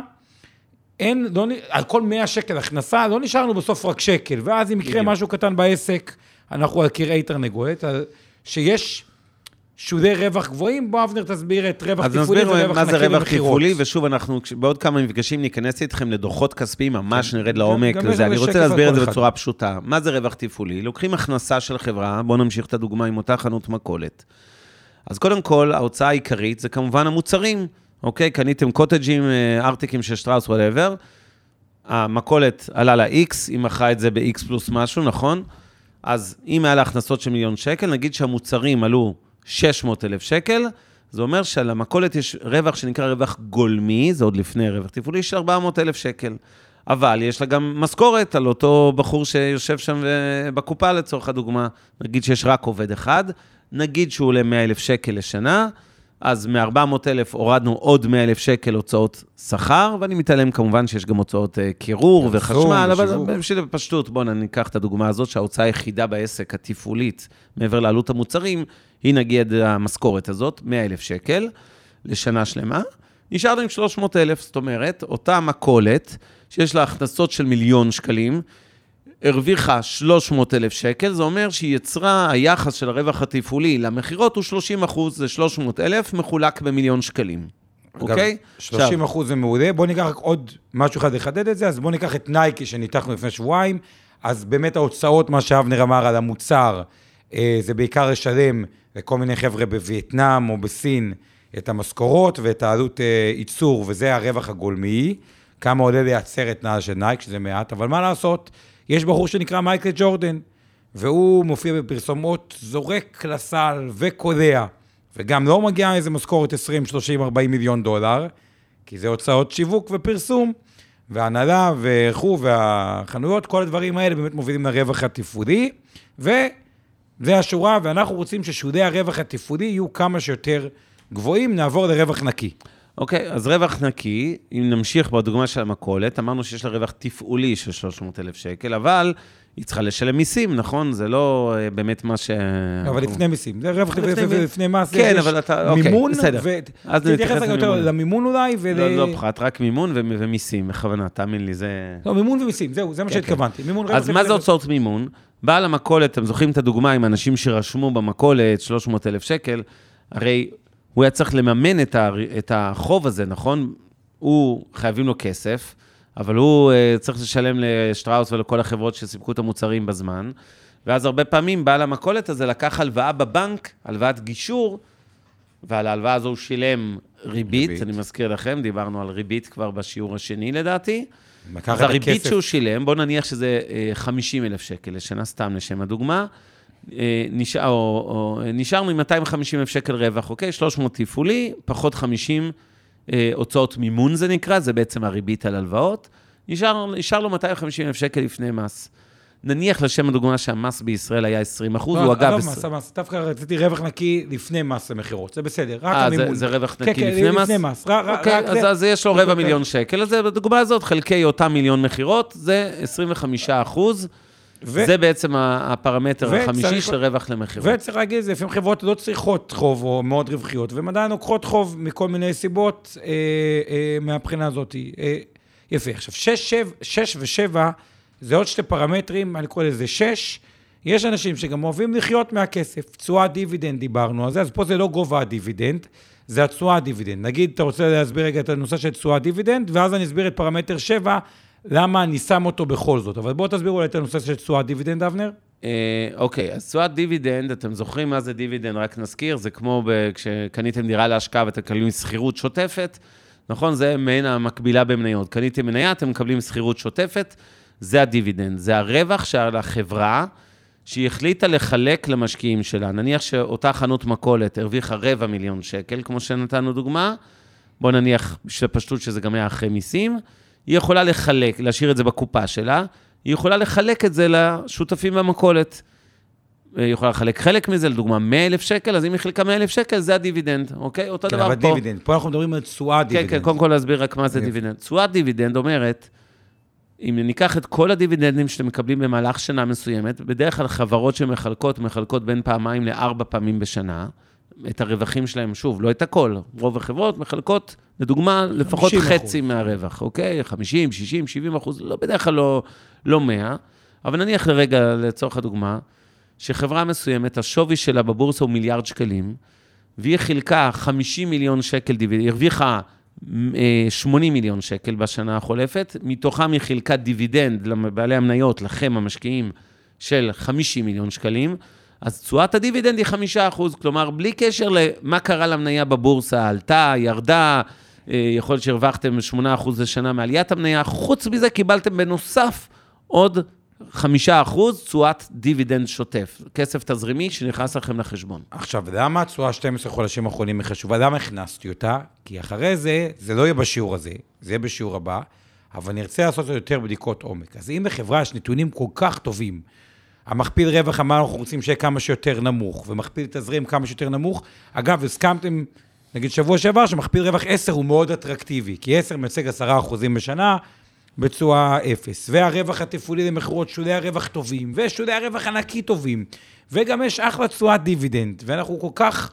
על כל 100 שקל הכנסה, לא נשארנו בסוף רק שקל, ואז אם יקרה משהו קטן בעסק, אנחנו על קרעי תרנגולת, שיש שולי רווח גבוהים, בוא אבנר תסביר את רווח תפעולי ורווח נקי במחירות. מה זה רווח תפעולי, ושוב אנחנו בעוד כמה מפגשים ניכנס איתכם לדוחות כספיים, ממש נרד לעומק לזה, אני רוצה להסביר את זה בצורה פשוטה. מה זה רווח תפעולי? לוקחים הכנסה של חברה, בואו נמשיך את הדוגמה עם אותה חנות מכולת. אז קודם כל, ההוצאה העיקרית זה כמובן המוצרים, אוקיי? קניתם קוטג'ים, ארטיקים של שטראוס, whatever, המכולת עלה ל-X, היא מכרה את זה ב-X פלוס משהו, נכון? אז אם היה לה הכנסות של $1,000,000, נגיד שהמוצרים עלו 600,000 שקל, זה אומר שעל המכולת יש רווח שנקרא רווח גולמי, זה עוד לפני רווח תפעולי של 400,000 שקל. אבל יש לה גם משכורת על אותו בחור שיושב שם בקופה לצורך הדוגמה. נגיד שיש רק עובד אחד, נגיד שהוא עולה 100,000 שקל לשנה, אז מ-400,000 הורדנו עוד 100,000 שקל הוצאות שכר, ואני מתעלם כמובן שיש גם הוצאות קירור וחשמל, אבל בשביל בפשטות, בואו ניקח את הדוגמה הזאת, שההוצאה היחידה בעסק התפעולית, מעבר לעלות המוצרים, היא נגיד המשכורת הזאת, 100,000 שקל לשנה שלמה, נשארנו עם 300,000, זאת אומרת, אותה מכולת, שיש לה הכנסות של 1,000,000 שקלים, הרוויחה 300,000 שקל, זה אומר שהיא יצרה, היחס של הרווח התפעולי למחירות הוא 30%, זה 300,000 מחולק ב1,000,000 שקלים. אוקיי? 30% זה מעולה. בואו ניקח עוד משהו אחד לחדד את זה, אז בואו ניקח את נייקי שניתחנו לפני שבועיים, אז באמת ההוצאות, מה שאבנר אמר על המוצר, זה בעיקר לשלם לכל מיני חבר'ה בווייטנאם או בסין את המשכורות ואת העלות ייצור, וזה הרווח הגולמי, כמה עולה לייצר את נעל של נייק, שזה מעט, אבל מה לעשות? יש בחור שנקרא מייקל ג'ורדן, והוא מופיע בפרסומות, זורק לסל וקודע, וגם לא מגיע איזה משכורת 20, 30, 40 מיליון דולר, כי זה הוצאות שיווק ופרסום, והנהלה וכו' והחנויות, כל הדברים האלה באמת מובילים לרווח התפעולי, וזה השורה, ואנחנו רוצים ששולי הרווח התפעולי יהיו כמה שיותר גבוהים, נעבור לרווח נקי. אוקיי, אז רווח נקי, אם נמשיך בדוגמה של המכולת, אמרנו שיש לה רווח תפעולי של 300,000 שקל, אבל היא צריכה לשלם מיסים, נכון? זה לא באמת מה ש... אבל לפני מיסים, זה רווח לפני מס, כן, אבל אתה... מימון, תתייחס למימון אולי, לא פחת, רק מימון ומיסים, בכוונה, תאמין לי, זה... לא, מימון ומיסים, זהו, זה מה שהתכוונתי. אז מה זה הוצאות מימון? בעל המכולת, אתם זוכרים את הדוגמה עם אנשים שרשמו במכולת 300,000 שקל, הרי הוא היה צריך לממן את החוב הזה, נכון? הוא חייבים לו כסף, אבל הוא צריך לשלם לשטראוס ולכל החברות שסיפקו את המוצרים בזמן, ואז הרבה פעמים בעל המכולת הזה לקח הלוואה בבנק, הלוואת גישור, ועל ההלוואה הזו הוא שילם ריבית, אני מזכיר לכם, דיברנו על ריבית כבר בשיעור השני לדעתי, אז הריבית שהוא שילם, בוא נניח שזה 50,000 שקל לשנה, סתם לשם הדוגמה, נשארנו עם 250,000 שקל רווח, אוקיי? 300 תפעולי, פחות 50 הוצאות מימון זה נקרא, זה בעצם הריבית על הלוואות, נשאר לו 250,000 שקל לפני מס. נניח לשם הדוגמה שהמס בישראל היה 20%, הוא אגב... מס, דווקא רציתי רווח נקי לפני מס המחירות, זה בסדר, רק המימון. זה רווח נקי לפני מס? אוקיי, אז יש לו 250,000 שקל, אז בדוגמה הזאת, חלקי אותם 1,000,000 מחירות, זה 25%, זה בעצם הפרמטר החמישי של רווח למחירות. וצריך להגיד, זה לפעמים חברות לא צריכות חוב או מאוד רווחיות, והן עדיין לוקחות חוב מכל מיני סיבות מהבחינה הזאת. יפה, עכשיו 6 ו7 זה עוד שתי פרמטרים, אני קורא לזה 6, יש אנשים שגם אוהבים לחיות מהכסף, תשואה דיבידנד דיברנו על זה, אז פה זה לא גובה הדיבידנד, זה התשואה הדיבידנד. נגיד, אתה רוצה להסביר רגע את הנושא של תשואה דיבידנד, ואז אני אסביר את פרמטר 7, למה אני שם אותו בכל זאת. אבל בואו תסבירו את הנושא של תשואה דיבידנד, אבנר. אוקיי, אז תשואה דיבידנד, אתם זוכרים מה זה דיבידנד, רק נזכיר, זה כמו כשקניתם דירה להשקעה ואתם מקבלים שכירות שוטפת, נכון? זה מעין המקבילה במניות. קניתם מניה, אתם מקבלים שכירות שוטפת, זה הדיבידנד. זה הרווח של החברה שהיא החליטה לחלק למשקיעים שלה. נניח שאותה חנות מכולת הרוויחה 250,000 שקל, כמו שנתנו דוגמה, בוא נניח שפשטות שזה גם היה אחרי מיסים, היא יכולה לחלק, להשאיר את זה בקופה שלה, היא יכולה לחלק את זה לשותפים במכולת. היא יכולה לחלק חלק מזה, לדוגמה 100,000 שקל, אז אם היא חלקה 100,000 שקל, זה הדיבידנד, אוקיי? אותו דבר פה. כן, אבל דיבידנד, פה אנחנו מדברים על תשואה דיבידנד. כן, קודם כל להסביר רק מה זה דיבידנד. תשואה דיבידנד אומרת, אם ניקח את כל הדיבידנדים שאתם מקבלים במהלך שנה מסוימת, בדרך כלל חברות מחלקות בין 2 ל4 פעמים בשנה, את הרווחים שלהם, שוב, לא את הכל, רוב החברות מחלקות, לדוגמה, לפחות חצי מהרווח, אוקיי? 50, 60, 70%, לא, בדרך כלל לא 100, אבל נניח לרגע, לצורך הדוגמה, שחברה מסוימת, השווי שלה בבורסה הוא 1,000,000,000 שקלים, והיא חילקה 50 מיליון שקל דיבידנד, הרוויחה 80 מיליון שקל בשנה החולפת, מתוכם היא חילקה דיבידנד לבעלי המניות, לכם המשקיעים, של 50 מיליון שקלים, אז תשואת הדיבידנד היא 5%, כלומר, בלי קשר למה קרה למניה בבורסה, עלתה, ירדה, יכול להיות שהרווחתם 8% לשנה מעליית המניה, חוץ מזה קיבלתם בנוסף עוד 5% תשואת דיבידנד שוטף, כסף תזרימי שנכנס לכם לחשבון. עכשיו, למה התשואה 12 חודשים האחרונים מחשובה? למה הכנסתי אותה? כי אחרי זה, זה לא יהיה בשיעור הזה, זה יהיה בשיעור הבא, אבל נרצה לעשות יותר בדיקות עומק. אז אם לחברה יש נתונים כל כך טובים, המכפיל רווח אמר אנחנו רוצים שיהיה כמה שיותר נמוך, ומכפיל תזרים כמה שיותר נמוך, אגב, הסכמתם, נגיד שבוע שעבר, שמכפיל רווח 10 הוא מאוד אטרקטיבי, כי 10 מייצג 10% בשנה, בצורה 0, והרווח התפעולי למחירות שולי הרווח טובים, ושולי הרווח ענקי טובים, וגם יש אחלה תשואת דיבידנד, ואנחנו כל כך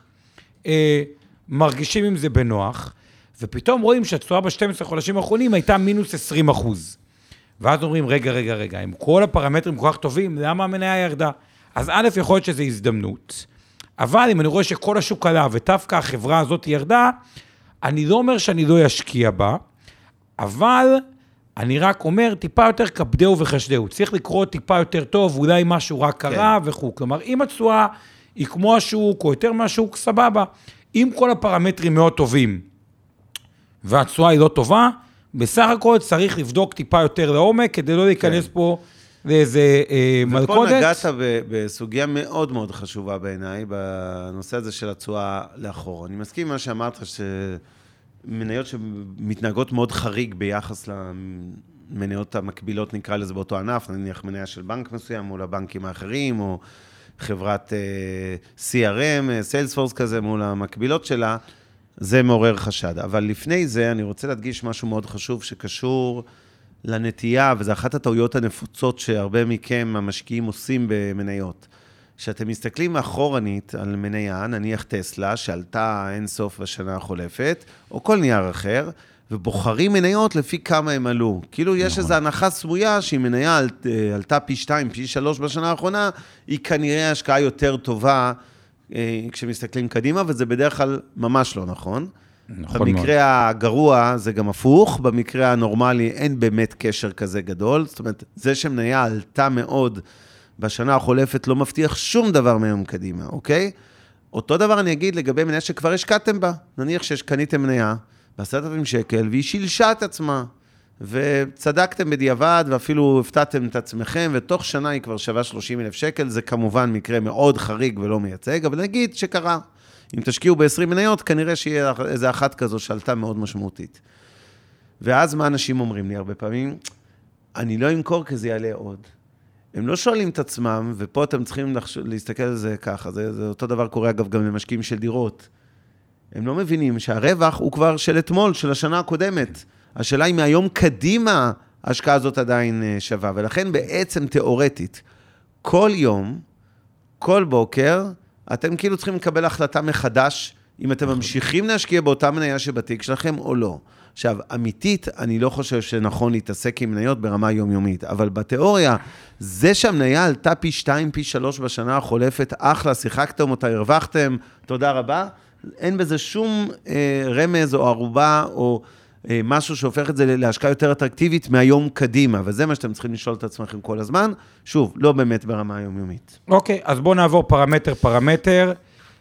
מרגישים עם זה בנוח, ופתאום רואים שהתשואה ב-12 חודשים האחרונים הייתה מינוס 20%. ואז אומרים, רגע, אם כל הפרמטרים כל כך טובים, למה המניה ירדה? אז א', יכול להיות שזו הזדמנות, אבל אם אני רואה שכל השוק עלה, ודווקא החברה הזאת ירדה, אני לא אומר שאני לא אשקיע בה, אבל אני רק אומר, טיפה יותר כבדהו וחשדהו, צריך לקרוא טיפה יותר טוב, אולי משהו רק קרה וכו'. כלומר, אם התשואה היא כמו השוק, או יותר מהשוק, סבבה. אם כל הפרמטרים מאוד טובים, והתשואה היא לא טובה, בסך הכל צריך לבדוק טיפה יותר לעומק, כדי לא להיכנס פה לאיזה מלכודת. ופה נגעת בסוגיה מאוד מאוד חשובה בעיניי, בנושא הזה של התשואה לאחור. אני מסכים עם מה שאמרת, שמניות שמתנהגות מאוד חריג ביחס למניות המקבילות, נקרא לזה באותו ענף, נניח מניה של בנק מסוים מול הבנקים האחרים, או חברת CRM, Salesforce כזה מול המקבילות שלה, זה מעורר חשד. אבל לפני זה אני רוצה להדגיש משהו מאוד חשוב שקשור לנטייה, וזה אחת הטעויות הנפוצות שהרבה מכם המשקיעים עושים במניות. שאתם מסתכלים אחורנית על מניה, נניח טסלה, שעלתה אינסוף בשנה החולפת, או כל נייר אחר, ובוחרים מניות לפי כמה הם עלו. כאילו יש איזו הנחה סמויה שהיא מניה עלתה פי 2, פי 3 בשנה האחרונה, היא כנראה השקעה יותר טובה כשמסתכלים קדימה, וזה בדרך כלל ממש לא נכון. במקרה הגרוע זה גם הפוך, במקרה הנורמלי אין באמת קשר כזה גדול, זאת אומרת, זה שמניה עלתה מאוד בשנה החולפת לא מבטיח שום דבר מהיום קדימה, אוקיי? אותו דבר אני אגיד לגבי מניה שכבר השקעתם בה, נניח שקניתם מניה ב10,000 שקל, והיא שילשה את עצמה, וצדקתם בדיעבד, ואפילו הפתעתם את עצמכם, ותוך שנה היא כבר שווה 30,000 שקל, זה כמובן מקרה מאוד חריג ולא מייצג, אבל נגיד שקרה. אם תשקיעו ב-20 מניות, כנראה שיהיה איזה אחת כזו שעלתה מאוד משמעותית. ואז מה אנשים אומרים לי הרבה פעמים? אני לא אמכור כי זה יעלה עוד. הם לא שואלים את עצמם, ופה אתם צריכים להסתכל על זה ככה, זה אותו דבר קורה אגב גם למשקיעים של דירות. הם לא מבינים שהרווח הוא כבר של אתמול, של השנה הקודמת. השאלה היא מהיום קדימה ההשקעה הזאת עדיין שווה, ולכן בעצם תיאורטית, כל יום, כל בוקר, אתם כאילו צריכים לקבל החלטה מחדש, אם אתם ממשיכים להשקיע באותה מניה שבתיק שלכם או לא. עכשיו, אמיתית, אני לא חושב שנכון להתעסק עם מניות ברמה יומיומית, אבל בתיאוריה, זה שהמניה עלתה פי 2, פי 3 בשנה החולפת, אחלה, שיחקתם אותה, הרווחתם, תודה רבה, אין בזה שום רמז או ערובה או משהו שהופך את זה להשקעה יותר אטרקטיבית מהיום קדימה, וזה מה שאתם צריכים לשאול את עצמכם כל הזמן, שוב, לא באמת ברמה היומיומית. אוקיי, אז בואו נעבור פרמטר,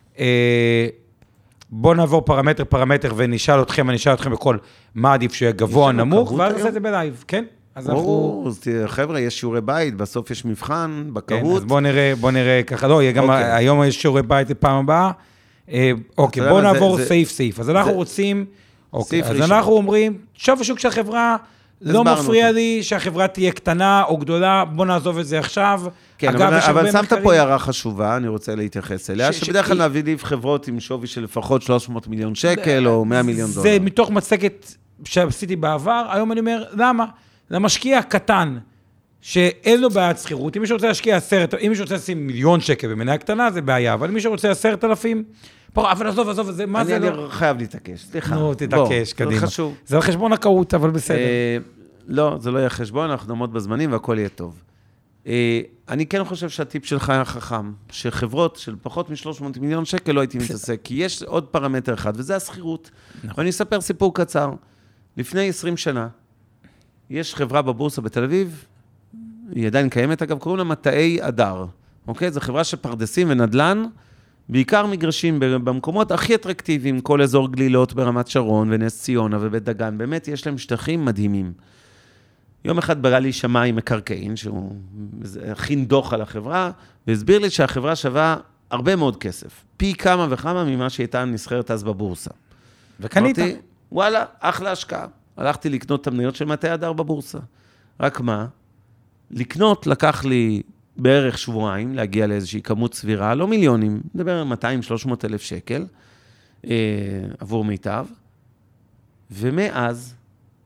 בואו נעבור פרמטר ונשאל אתכם, אני אשאל אתכם בכל מה עדיף שיהיה גבוה, נמוך, ואז נעשה את זה בלייב, כן? אז אנחנו... חבר'ה, יש שיעורי בית, בסוף יש מבחן, בקרות. כן, אז בואו נראה ככה, לא, גם היום יש שיעורי בית לפעם הבאה. אוקיי, בואו נעבור סעיף. אז אנחנו רוצים... אוקיי, אז אנחנו אומרים, שוב השוק של החברה, לא מפריע לי שהחברה תהיה קטנה או גדולה, בוא נעזוב את זה עכשיו. כן, אבל שמת פה הערה חשובה, אני רוצה להתייחס אליה, שבדרך כלל נביא חברות עם שווי של לפחות 300 מיליון שקל או 100 מיליון דולר. זה מתוך מצגת שעשיתי בעבר, היום אני אומר, למה? למשקיע קטן, שאין לו בעיית שכירות, אם מישהו רוצה להשקיע 10,000, אם מישהו רוצה לשים מיליון שקל במניה קטנה, זה בעיה, אבל אם מישהו רוצה 10,000, אבל עזוב, מה זה לא? אני חייב להתעקש, סליחה. נו, תתעקש, קדימה. זה חשוב. זה על חשבון הקהות, אבל בסדר. לא, זה לא יהיה חשבון, אנחנו נעמוד בזמנים והכל יהיה טוב. אני כן חושב שהטיפ שלך היה חכם, שחברות של פחות מ-300 מיליון שקל לא הייתי מתעסק, כי יש עוד פרמטר אחד, וזה הסחירות. ואני אספר סיפור קצר. לפני 20 שנה, יש חברה בבורסה בתל אביב, היא עדיין קיימת, אגב, קוראים לה מטעי אדר. אוקיי? זו חברה שפרדסים ונדלן, בעיקר מגרשים במקומות הכי אטרקטיביים, כל אזור גלילות ברמת שרון ונס ציונה ובית דגן, באמת יש להם שטחים מדהימים. יום אחד בא לי שמאי מקרקעין, שהוא הכין דוח על החברה, והסביר לי שהחברה שווה הרבה מאוד כסף. פי כמה וכמה ממה שהייתה נסחרת אז בבורסה. וקנית. אמרתי, וואלה, אחלה השקעה. הלכתי לקנות את המניות של מטה הדר בבורסה. רק מה? לקנות לקח לי בערך שבועיים, להגיע לאיזושהי כמות סבירה, לא מיליונים, נדבר על 200-300 אלף שקל, עבור מיטב, ומאז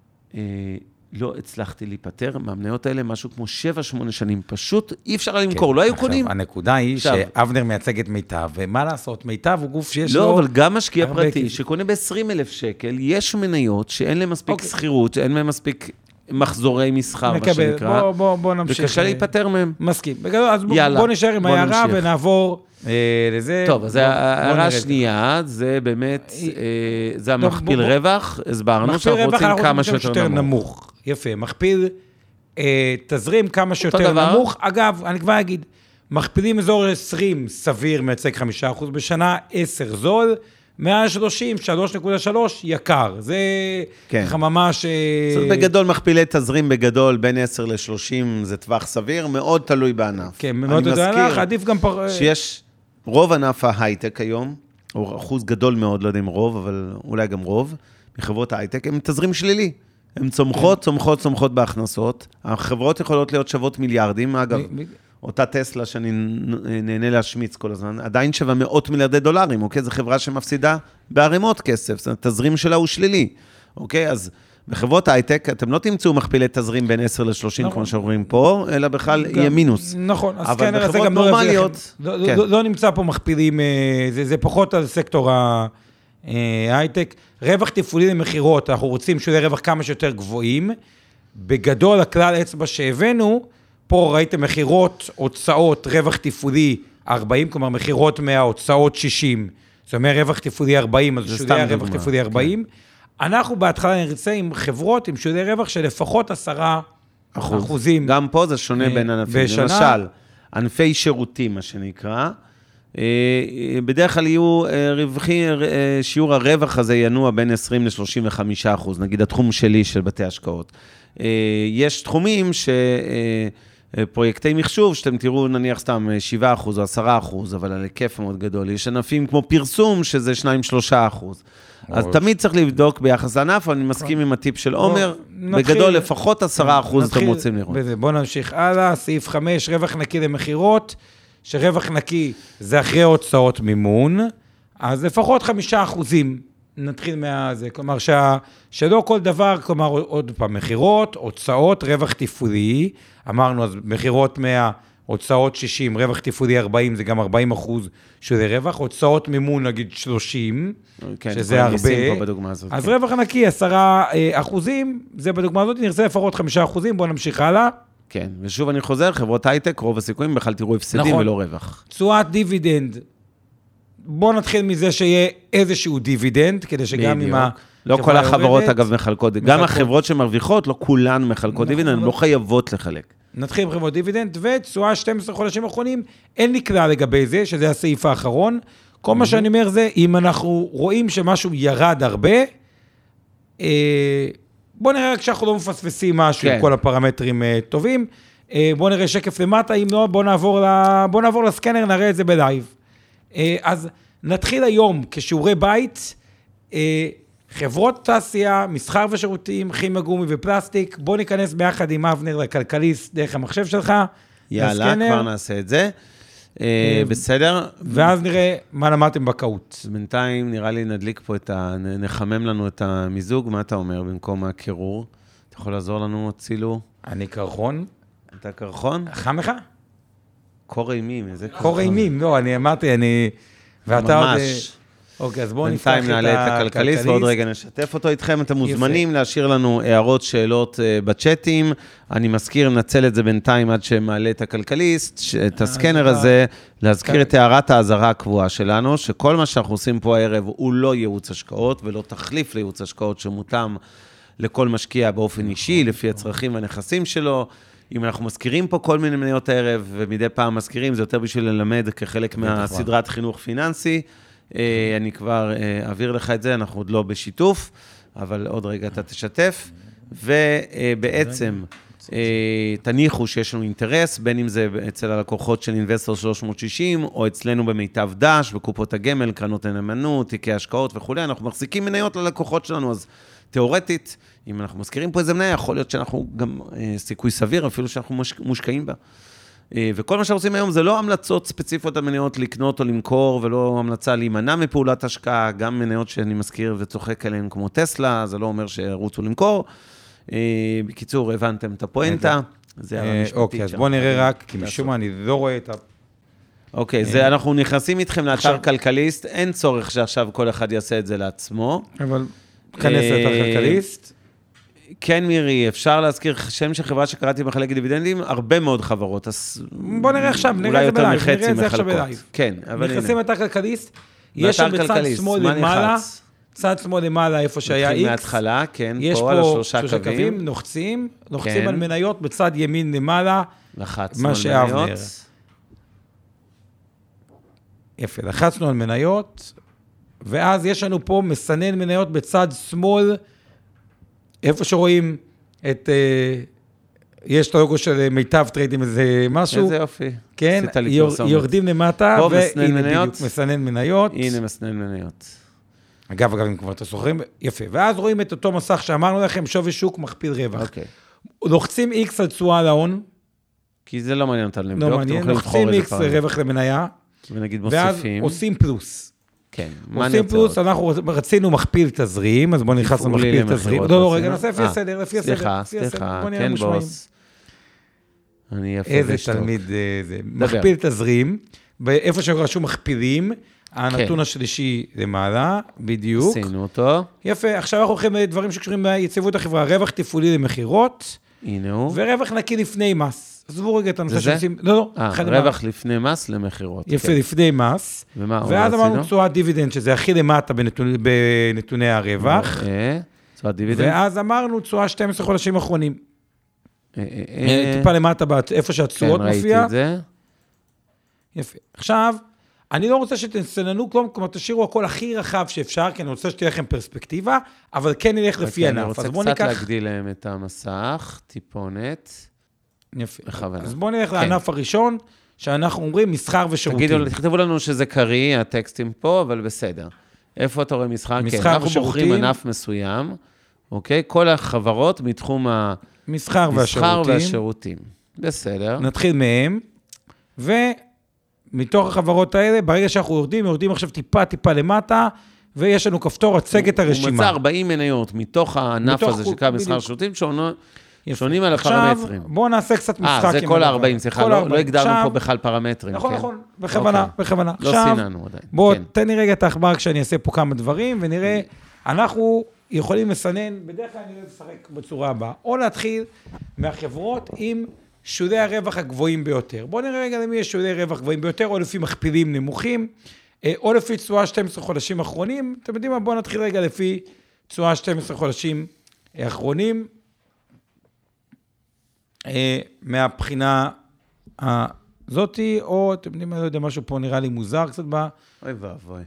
לא הצלחתי להיפטר מהמניות האלה, משהו כמו 7-8 שנים, פשוט אי אפשר למכור, לא היו קונים. הנקודה היא שאבנר מייצג את מיטב, ומה לעשות, מיטב הוא גוף שיש לו... לא, אבל גם משקיע פרטי, שקונה ב-20,000 שקל, יש מניות שאין להם מספיק שכירות, אין להם מספיק מחזורי מסחר, מה שנקרא, בוא נמשיך. וקשה להיפטר מהם. מסכים. בגלל, אז בוא נשאר עם ההערה ונעבור לזה. טוב, אז ההערה השנייה, זה באמת, זה המכפיל רווח, הסברנו שאנחנו רוצים כמה שיותר נמוך. יפה, מכפיל תזרים כמה שיותר נמוך. אגב, אני כבר אגיד, מכפילים אזור 20 סביר, מייצג 5% בשנה, 10 זול, 130, 3.3 יקר. זה ככה ממש... בגדול מכפילי תזרים בגדול, בין 10 ל-30 זה טווח סביר, מאוד תלוי בענף. כן, מאוד תלוי בענף, עדיף גם... שיש רוב ענף ההייטק היום, או אחוז גדול מאוד, לא יודע אם רוב, אבל אולי גם רוב, מחברות ההייטק, הם תזרים שלילי. הן צומחות בהכנסות. החברות יכולות להיות שוות מיליארדים, אגב. אותה טסלה שאני נהנה להשמיץ כל הזמן, עדיין שווה $100 מיליארד, אוקיי? זו חברה שמפסידה בערימות כסף, זאת אומרת, תזרים שלה הוא שלילי, אוקיי? אז בחברות הייטק, אתם לא תמצאו מכפילי תזרים בין 10 ל-30, כמו שאומרים פה, אלא בכלל יהיה מינוס. נכון, אז כן, אבל בחברות נורמליות... לא נמצא פה מכפילים, זה פחות על סקטור ההייטק. רווח תפעולי למחירות, אנחנו רוצים שיהיה רווח כמה שיותר גבוהים. בגדול, הכלל אצבע שהבאנו, פה ראיתם מחירות, הוצאות, רווח תפעולי 40, כלומר מחירות מההוצאות 60, זאת אומרת רווח תפעולי 40, אז שולי הרווח תפעולי 40. אנחנו בהתחלה נרצה עם חברות, עם שולי רווח של לפחות 10%. גם פה זה שונה בין ענפים. למשל, ענפי שירותים, מה שנקרא, בדרך כלל יהיו שיעור הרווח הזה ינוע בין 20 ל-35%, נגיד התחום שלי של בתי השקעות. יש תחומים פרויקטי מחשוב, שאתם תראו נניח סתם 7% או 10%, אבל על היקף מאוד גדול. יש ענפים כמו פרסום, שזה 2-3%. אז תמיד צריך לבדוק ביחס לענף, אני מסכים עם הטיפ של עומר, בגדול לפחות 10% אתם רוצים לראות. בואו נמשיך הלאה, סעיף 5, רווח נקי למחירות, שרווח נקי זה אחרי הוצאות מימון, אז לפחות 5%. נתחיל מהזה, כלומר שלא כל דבר, כלומר עוד פעם, מחירות, הוצאות, רווח תפעולי, אמרנו אז מחירות 100, הוצאות 60, רווח תפעולי 40, זה גם 40% שזה רווח, הוצאות מימון נגיד 30, שזה הרבה, אז רווח נקי 10%, זה בדוגמה הזאת, נרצה לפחות 5%, בואו נמשיך הלאה. כן, ושוב אני חוזר, חברות הייטק, רוב הסיכויים בכלל תראו הפסדים ולא רווח. תשואת דיבידנד, בואו נתחיל מזה שיהיה איזשהו דיבידנד, כדי שגם עם לא כל החברות אגב מחלקות, גם החברות שמרוויחות, לא כולן מחלקות דיבידנד, הן לא חייבות לחלק. נתחיל עם חברות דיבידנד, ותשואה 12 חודשים האחרונים, אין לי כלל לגבי זה, שזה הסעיף האחרון. כל מה שאני אומר זה, אם אנחנו רואים שמשהו ירד הרבה, בואו נראה רק שאנחנו לא מפספסים משהו, כל הפרמטרים טובים. בואו נראה שקף למטה, אם לא, בואו נעבור לסקנר, נראה את זה בלייב. אז נתחיל היום כשיעורי בית, חברות תעשייה, מסחר ושירותים, כימיה גומי ופלסטיק, בוא ניכנס ביחד עם אבנר לכלכליסט דרך המחשב שלך. יאללה, כבר נעשה את זה. בסדר. ואז נראה מה למדתם בקאות. בינתיים נראה לי נדליק פה נחמם לנו את המיזוג, מה אתה אומר במקום הקירור? אתה יכול לעזור לנו, צילו? אני קרחון. אתה קרחון? חם לך? קור אימים, איזה קרחון. קור אימים, לא, אני אמרתי, ואתה עוד... ממש. אוקיי, אז בואו נפתח בינתיים נעלה את הכלכליסט, ועוד רגע נשתף אותו איתכם. אתם מוזמנים להשאיר לנו הערות, שאלות בצ'אטים. אני מזכיר, נצל את זה בינתיים עד שמעלה את הכלכליסט, את הסקנר הזה, להזכיר את הערת האזהרה הקבועה שלנו, שכל מה שאנחנו עושים פה הערב הוא לא ייעוץ השקעות, ולא תחליף לייעוץ השקעות שמותאם לכל משקיע באופן אישי, לפי הצרכים והנכסים שלו. אם אנחנו מזכירים פה כל מיני מניות הערב, ומדי פעם מזכירים, זה יותר בשביל ללמד כחלק מהסדרת חינוך פיננסי. אני כבר אעביר לך את זה, אנחנו עוד לא בשיתוף, אבל עוד רגע אתה תשתף. ובעצם, תניחו שיש לנו אינטרס, בין אם זה אצל הלקוחות של אינבסטור 360, או אצלנו במיטב דש, בקופות הגמל, קרנות הנאמנות, תיקי השקעות וכו'. אנחנו מחזיקים מניות ללקוחות שלנו, אז תיאורטית, אם אנחנו מזכירים פה איזה מניה, יכול להיות שאנחנו גם סיכוי סביר, אפילו שאנחנו מושקעים בה. וכל מה שאנחנו עושים היום זה לא המלצות ספציפיות על מניות לקנות או למכור, ולא המלצה להימנע מפעולת השקעה, גם מניות שאני מזכיר וצוחק עליהן כמו טסלה, זה לא אומר שרוצו למכור. בקיצור, הבנתם את הפואנטה. אוקיי, אז בואו נראה רק, כי משום מה אני לא רואה את ה... אוקיי, אנחנו נכנסים איתכם לאתר כלכליסט, אין צורך שעכשיו כל אחד יעשה את זה לעצמו. אבל כנס לאתר כלכליסט. כן, מירי, אפשר להזכיר שם של חברה שקראתי מחלקת דיבידנדים, הרבה מאוד חברות. בוא נראה עכשיו, נראה את זה בלייב, נראה את זה עכשיו בלייב. כן, אבל הנה. נכנסים לאתר כלכליסט, יש שם בצד שמאל למעלה, צד שמאל למעלה, איפה שהיה X. מההתחלה, כן, פה על השלושה קווים. לוחצים על מניות בצד ימין למעלה. לחצנו על מניות. יפה, לחצנו על מניות, ואז יש לנו פה מסנן מניות בצד שמאל, איפה שרואים את, יש את הלוגו של מיטב טריידים איזה משהו. איזה יופי. כן, יורדים למטה, והנה בדיוק מסנן מניות. הנה מסנן מניות. אגב, אם כבר אתם זוכרים, יפה. ואז רואים את אותו מסך שאמרנו לכם, שווי שוק מכפיל רווח. אוקיי. לוחצים X על תשואה להון. כי זה לא מעניין אותנו לבדוק. לא מעניין, לוחצים X רווח למניה. ונגיד מוסיפים. ואז עושים פלוס. כן. עושים פלוס, אנחנו רצינו מכפיל תזרים, אז בואו נכנס למכפיל תזרים. לא, רגע, נעשה לפי הסדר, לפי הסדר. סליחה, כן בוס. אני יפה איזה תלמיד זה. מכפיל תזרים, ואיפה שרשום מכפילים, הנתון השלישי למעלה, בדיוק. עשינו אותו. יפה, עכשיו אנחנו הולכים לדברים שקשורים ביציבות החברה, רווח תפעולי למחירות, הנה הוא. ורווח נקי לפני מס. עזבו רגע את הנושא שעושים... לא, רווח לפני מס למחירות. יפה, לפני מס. ואז אמרנו תשואת דיבידנד, שזה הכי למטה בנתוני הרווח. תשואת דיבידנד. ואז אמרנו תשואה 12 חודשים אחרונים. טיפה למטה, איפה שהתשואות מופיע. כן, ראיתי את זה. יפה. עכשיו, אני לא רוצה שתסננו כלום, כלומר תשאירו הכל הכי רחב שאפשר, כי אני רוצה שתהיה לכם פרספקטיבה, אבל כן נלך לפי ענף. אני רוצה קצת להגדיל להם את המסך, טיפונת. יפה. אז בואו נלך לענף הראשון, שאנחנו אומרים מסחר ושירותים. תכתבו לנו שזה קרי, הטקסטים פה, אבל בסדר. איפה אתה רואה מסחר? מסחר אנחנו בוחרים ענף מסוים, אוקיי? כל החברות מתחום המסחר והשירותים. בסדר. נתחיל מהם, ומתוך החברות האלה, ברגע שאנחנו יורדים עכשיו טיפה למטה, ויש לנו כפתור, הצג את הרשימה. הוא מצא 40 מניות מתוך הענף הזה שקרה מסחר ושירותים, שונים על הפרמטרים. עכשיו, בואו נעשה קצת משחק. זה כל ה-40, סליחה, לא הגדרנו פה בכלל פרמטרים. נכון, בכוונה. לא סיננו עדיין. בואו, תן לי רגע את האחבר כשאני אעשה פה כמה דברים, ונראה, אנחנו יכולים לסנן, בדרך כלל אני לא אשחק בצורה הבאה, או להתחיל מהחברות עם שולי הרווח הגבוהים ביותר. בואו נראה רגע למי יש שולי רווח גבוהים ביותר, או לפי מכפילים נמוכים, או לפי תשואה 12 חודשים אחרונים. אתם יודעים מה? בואו נתחיל רגע לפי תשואה 12 חודשים האחרונים. מהבחינה הזאתי, או אתם יודעים, אני לא יודע, משהו פה נראה לי מוזר קצת בה. אוי ואבוי.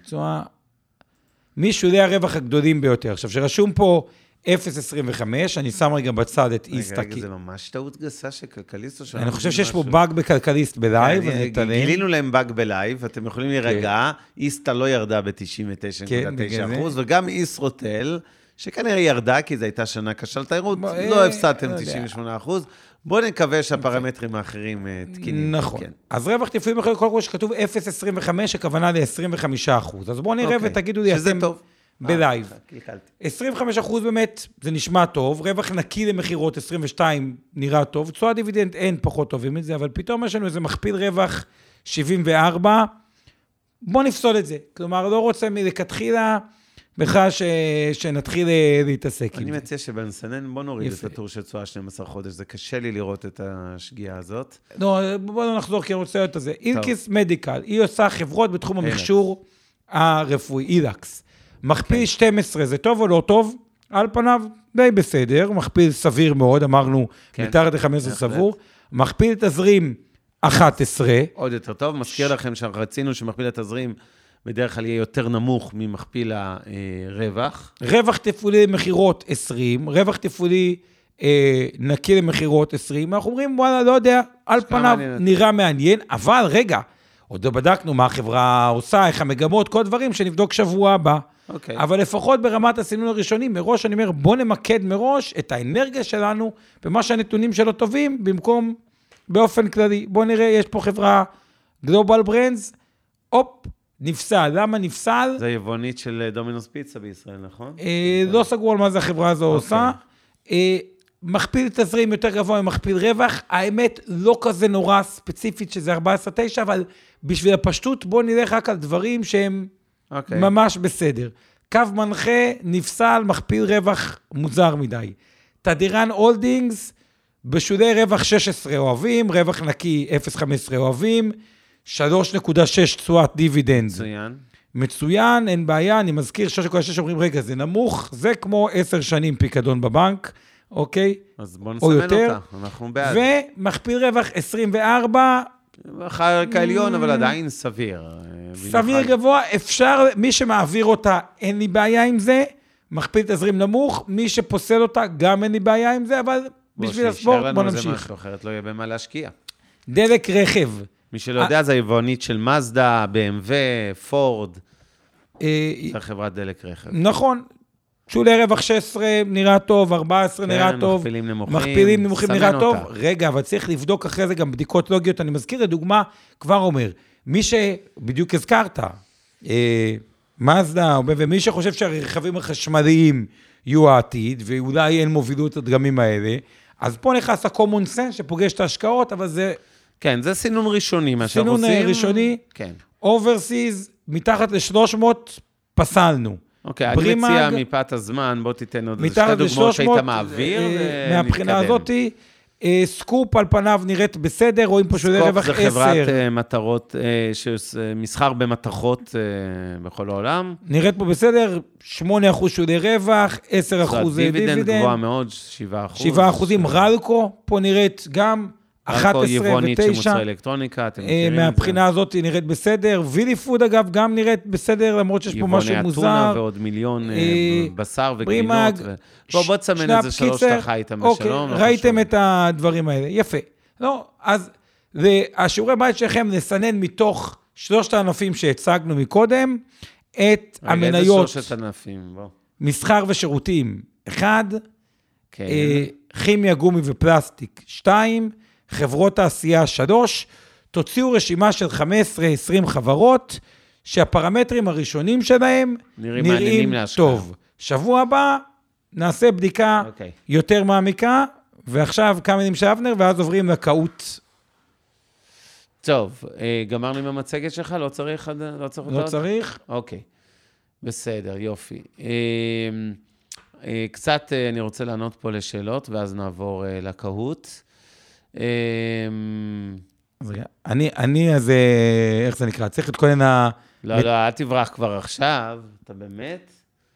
משולי הרווח הגדולים ביותר. עכשיו, שרשום פה 0.25, אני שם רגע בצד את איסטה. רגע, זה ממש טעות גסה של כלכליסט. אני חושב שיש פה באג בכלכליסט בלייב. גילינו להם באג בלייב, אתם יכולים להירגע, איסטה לא ירדה ב-99.9%, וגם איסרוטל, שכנראה ירדה, כי זו הייתה שנה קשה לתיירות, לא הפסדתם 98%. בואו נקווה שהפרמטרים האחרים תקינים. נכון. אז רווח תפעולי מחיר, כל שכתוב 0.25, הכוונה ל-25%. אז בואו נראה ותגידו לי, שזה טוב. בלייב. 25% באמת, זה נשמע טוב, רווח נקי למחירות 22 נראה טוב, תשואת דיבידנד אין פחות טובים את זה, אבל פתאום יש לנו איזה מכפיל רווח 74, בואו נפסול את זה. כלומר, לא רוצה מלכתחילה, בכלל שנתחיל להתעסק עם זה. אני מציע שבנסנן, בוא נוריד את הטור של תשואה 12 חודש, זה קשה לי לראות את השגיאה הזאת. לא, בואו נחזור, כי אני רוצה את זה. אילקיס מדיקל, היא עושה חברות בתחום המכשור הרפואי, אילקס. מכפיל 12, זה טוב או לא טוב? על פניו, די בסדר, מכפיל סביר מאוד, אמרנו, מתחת ל-15 סבור. מכפיל תזרים 11. עוד יותר טוב, מזכיר לכם שרצינו שמכפיל התזרים בדרך כלל יהיה יותר נמוך ממכפיל הרווח. רווח תפעולי למחירות 20, רווח תפעולי נקי למחירות 20, אנחנו אומרים, וואלה, לא יודע, על פניו נראה מעניין, אבל רגע, עוד לא בדקנו מה החברה עושה, איך המגמות, כל דברים שנבדוק שבוע הבא. אבל לפחות ברמת הסינון הראשוני, מראש אני אומר, בוא נמקד מראש את האנרגיה שלנו, במה שהנתונים שלו טובים, במקום באופן כללי. בוא נראה, יש פה חברה גלובל ברנדס, נפסל. למה נפסל? זה יבואנית של דומינוס פיצה בישראל, נכון? לא סגרו על מה זה החברה הזו עושה. מכפיל תזרים יותר גבוה ממכפיל רווח, האמת לא כזה נורא ספציפית שזה 14.9, אבל בשביל הפשטות בוא נלך רק על דברים שהם ממש בסדר. קו מנחה, נפסל, מכפיל רווח מוזר מדי. תדירן הולדינגס, בשולי רווח 16 אוהבים, רווח נקי 0.15 אוהבים, 3.6 תשואת דיבידנד. מצוין. מצוין, אין בעיה, אני מזכיר 6.6 אומרים, רגע, זה נמוך, זה כמו 10 שנים פיקדון בבנק, אוקיי? אז בוא נסמן אותה, אנחנו בעד. ומכפיל רווח 24. חלק העליון, אבל עדיין סביר. סביר גבוה, אפשר, מי שמעביר אותה, אין לי בעיה עם זה, מכפיל תזרים נמוך, מי שפוסל אותה, גם אין לי בעיה עם זה, אבל בשביל הספורט, בוא נמשיך. משהו, אחרת לא יהיה במה להשקיע. דלק רכב. מי שלא יודע, זה היבואנית של מזדה, BMW, פורד. זה חברת דלק רכב. נכון. שולי רווח 16 נראה טוב, 14 נראה טוב. מכפילים נמוכים נראה טוב. רגע, אבל צריך לבדוק אחרי זה גם בדיקות לוגיות. אני מזכיר לדוגמה, כבר אומר, מי שבדיוק הזכרת, מזדה, ומי שחושב שהרכבים החשמליים יהיו העתיד, ואולי אין מובילות הדגמים האלה, אז פה נכנס ה-common sense שפוגש את ההשקעות, אבל זה... כן, זה סינון ראשוני, מה שאנחנו עושים. סינון ראשוני. כן. overseas, מתחת ל-300, פסלנו. אוקיי, אני מציע מפאת הזמן, בוא תיתן עוד שתי דוגמאות שהיית מעביר. מהבחינה הזאת, סקופ על פניו נראית בסדר, רואים פה שולי רווח 10. סקופ זה חברת מטרות, מסחר במטרות בכל העולם. נראית פה בסדר, 8% שולי רווח, 10% דיבידנד. דיבידנד גבוה מאוד, 7%. 7%. רלקו, פה נראית גם 11 ו-9. יבואנית שמוצרי אלקטרוניקה, אתם מכירים את זה. מהבחינה הזאת היא נראית בסדר. וילי פוד אגב גם נראית בסדר, למרות שיש פה משהו מוזר. יבואני אתונה ועוד מיליון בשר וגלינות. בוא תסמן את זה 3 שאתה איתם בשלום. ראיתם את הדברים האלה, יפה. לא, אז השיעורי בית שלכם נסנן מתוך 3 הענפים שהצגנו מקודם, את המניות. איזה 3 ענפים? בוא. מסחר ושירותים, 1, כימיה, גומי ופלסטיק, 2, חברות תעשייה 3, תוציאו רשימה של 15-20 חברות, שהפרמטרים הראשונים שלהם נראים טוב. שבוע הבא נעשה בדיקה יותר מעמיקה, ועכשיו כמה מילים של אבנר, ואז עוברים לקהות. טוב, גמרנו עם המצגת שלך? לא צריך? לא צריך. אוקיי, בסדר, יופי. קצת אני רוצה לענות פה לשאלות, ואז נעבור לקהות. אז איך זה נקרא? צריך את כל הנה... לא, אל תברח כבר עכשיו, אתה באמת?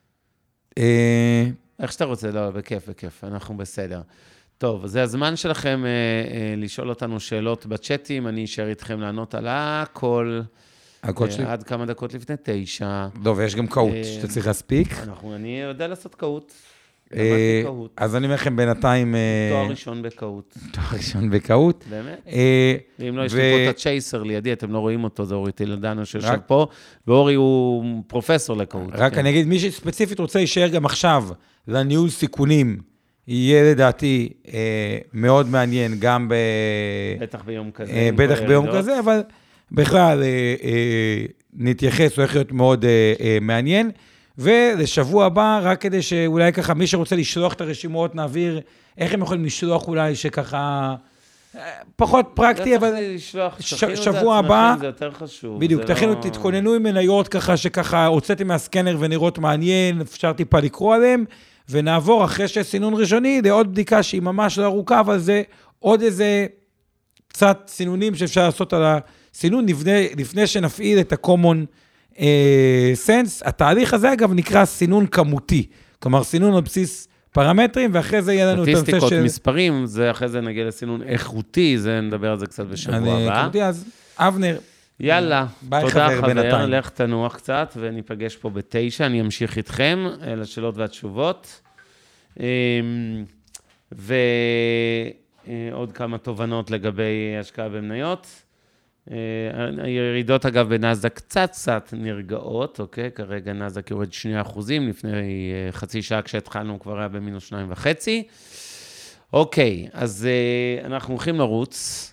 איך שאתה רוצה, לא, בכיף, אנחנו בסדר. טוב, זה הזמן שלכם לשאול אותנו שאלות בצ'אטים, אני אשאר איתכם לענות על הכל, עד כמה דקות לפני 9. טוב, ויש גם קהות שאתה צריך להספיק. אני יודע לעשות קהות. אז אני אומר לכם בינתיים... תואר ראשון בקהות. תואר ראשון בקהות. באמת? ואם לא, יש לי פה את הצ'ייסר לידי, אתם לא רואים אותו, זה אורי תילדנו שיושב פה, ואורי הוא פרופסור לקהות. רק אני אגיד, מי שספציפית רוצה להישאר גם עכשיו לניהול סיכונים, יהיה לדעתי מאוד מעניין, גם בטח ביום כזה. בטח ביום כזה, אבל בכלל נתייחס, הוא הולך להיות מאוד מעניין. ולשבוע הבא, רק כדי שאולי ככה, מי שרוצה לשלוח את הרשימות, נעביר, איך הם יכולים לשלוח אולי שככה, פחות פרקטי, אבל שבוע הבא, זה יותר חשוב. בדיוק, תתכוננו עם מניות ככה, שככה הוצאתם מהסקנר ונראות מעניין, אפשר טיפה לקרוא עליהם, ונעבור אחרי שסינון ראשוני, לעוד בדיקה שהיא ממש לא ארוכה, אבל זה עוד איזה קצת סינונים שאפשר לעשות על הסינון, לפני שנפעיל את ה-common sense. התהליך הזה אגב נקרא סינון כמותי, כלומר סינון על בסיס פרמטרים, ואחרי זה יהיה לנו את הנושא של... סטטיסטיקות, מספרים, זה אחרי זה נגיע לסינון איכותי, זה נדבר על זה קצת בשבוע הבא. כמותי, אז אבנר. יאללה, תודה חבר, לך תנוח קצת, וניפגש פה ב9, אני אמשיך איתכם, לשאלות והתשובות. ועוד כמה תובנות לגבי השקעה במניות. הירידות אגב בנאסד"ק קצת נרגעות, אוקיי? כרגע נאסד"ק יורד 2%, לפני חצי שעה כשהתחלנו כבר היה במינוס 2.5. אוקיי, אז אנחנו הולכים לרוץ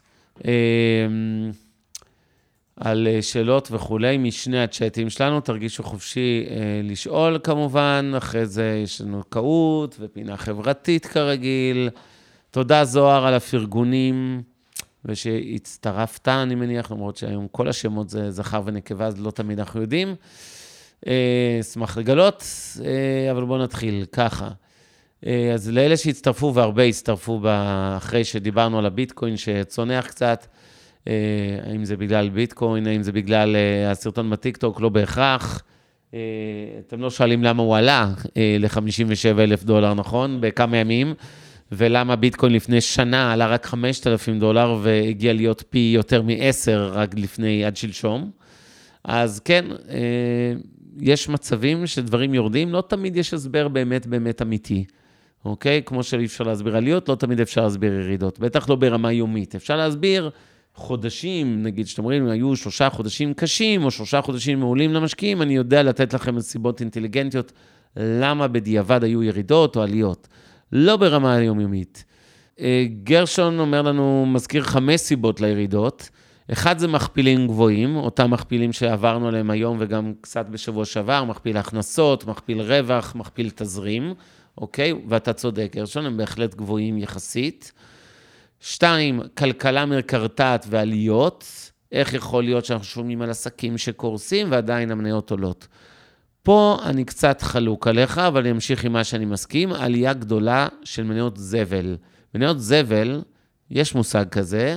על שאלות וכולי משני הצ'אטים שלנו, תרגישו חופשי לשאול כמובן, אחרי זה יש לנו קהות ופינה חברתית כרגיל. תודה זוהר על הפרגונים, ושהצטרפת, אני מניח, למרות שהיום כל השמות זה זכר ונקבה, אז לא תמיד אנחנו יודעים. אשמח לגלות, אבל בואו נתחיל ככה. אז לאלה שהצטרפו, והרבה הצטרפו אחרי שדיברנו על הביטקוין שצונח קצת, האם זה בגלל ביטקוין, האם זה בגלל הסרטון בטיקטוק, לא בהכרח. אתם לא שואלים למה הוא עלה ל$57,000, נכון? בכמה ימים. ולמה ביטקוין לפני שנה עלה רק $5,000 והגיע להיות פי יותר מ-10 רק לפני עד שלשום. אז כן, יש מצבים שדברים יורדים, לא תמיד יש הסבר באמת אמיתי. אוקיי? כמו שאי אפשר להסביר עליות, לא תמיד אפשר להסביר ירידות. בטח לא ברמה יומית. אפשר להסביר חודשים, נגיד שאתם אומרים, היו 3 חודשים קשים או 3 חודשים מעולים למשקיעים, אני יודע לתת לכם סיבות אינטליגנטיות למה בדיעבד היו ירידות או עליות. לא ברמה היומיומית. גרשון אומר לנו, מזכיר 5 סיבות לירידות. אחד זה מכפילים גבוהים, אותם מכפילים שעברנו עליהם היום וגם קצת בשבוע שעבר, מכפיל הכנסות, מכפיל רווח, מכפיל תזרים, אוקיי? ואתה צודק, גרשון, הם בהחלט גבוהים יחסית. 2, כלכלה מקרטעת ועליות. איך יכול להיות שאנחנו שומעים על עסקים שקורסים ועדיין המניות עולות? פה אני קצת חלוק עליך, אבל אני אמשיך עם מה שאני מסכים, עלייה גדולה של מניות זבל. מניות זבל, יש מושג כזה,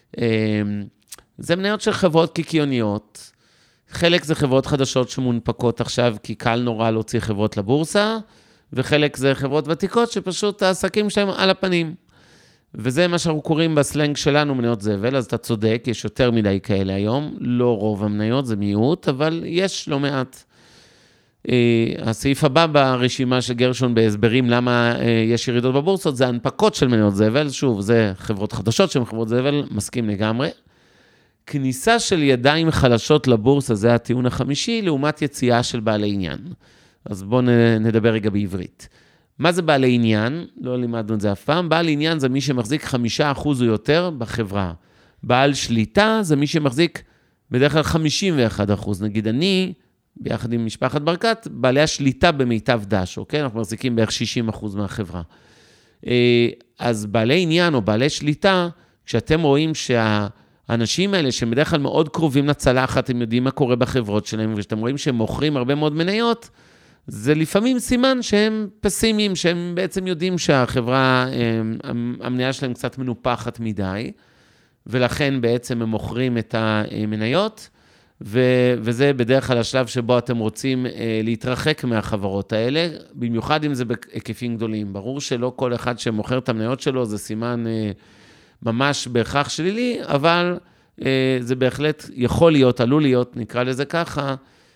זה מניות של חברות קיקיוניות, חלק זה חברות חדשות שמונפקות עכשיו, כי קל נורא להוציא חברות לבורסה, וחלק זה חברות ותיקות שפשוט העסקים שלהם על הפנים. וזה מה שאנחנו קוראים בסלנג שלנו מניות זבל, אז אתה צודק, יש יותר מדי כאלה היום, לא רוב המניות, זה מיעוט, אבל יש לא מעט. הסעיף הבא ברשימה של גרשון בהסברים למה יש ירידות בבורסות, זה הנפקות של מניות זבל, שוב, זה חברות חדשות שהן חברות זבל, מסכים לגמרי. כניסה של ידיים חלשות לבורסה, זה הטיעון החמישי, לעומת יציאה של בעלי עניין. אז בואו נדבר רגע בעברית. מה זה בעלי עניין? לא לימדנו את זה אף פעם. בעל עניין זה מי שמחזיק 5% או יותר בחברה. בעל שליטה זה מי שמחזיק בדרך כלל 51%. נגיד אני, ביחד עם משפחת ברקת, בעלי השליטה במיטב דש, אוקיי? אנחנו מחזיקים בערך 60% מהחברה. אז בעלי עניין או בעלי שליטה, כשאתם רואים שהאנשים האלה שהם בדרך כלל מאוד קרובים לצלחת, הם יודעים מה קורה בחברות שלהם, וכשאתם רואים שהם מוכרים הרבה מאוד מניות, זה לפעמים סימן שהם פסימיים, שהם בעצם יודעים שהחברה, המניה שלהם קצת מנופחת מדי, ולכן בעצם הם מוכרים את המניות, וזה בדרך כלל השלב שבו אתם רוצים להתרחק מהחברות האלה, במיוחד אם זה בהיקפים גדולים. ברור שלא כל אחד שמוכר את המניות שלו, זה סימן ממש בהכרח שלילי, אבל זה בהחלט יכול להיות, עלול להיות, נקרא לזה ככה,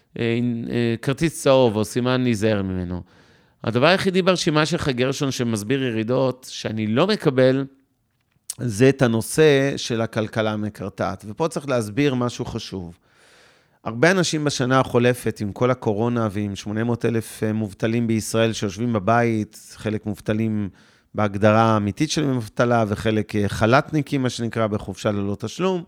כרטיס צהוב או סימן להיזהר ממנו. הדבר היחידי ברשימה שלך גרשון שמסביר ירידות, שאני לא מקבל, זה את הנושא של הכלכלה המקרטעת. ופה צריך להסביר משהו חשוב. הרבה אנשים בשנה החולפת עם כל הקורונה ועם 800,000 מובטלים בישראל שיושבים בבית, חלק מובטלים בהגדרה האמיתית של מובטלה וחלק חלטניקים, מה שנקרא בחופשה ללא תשלום.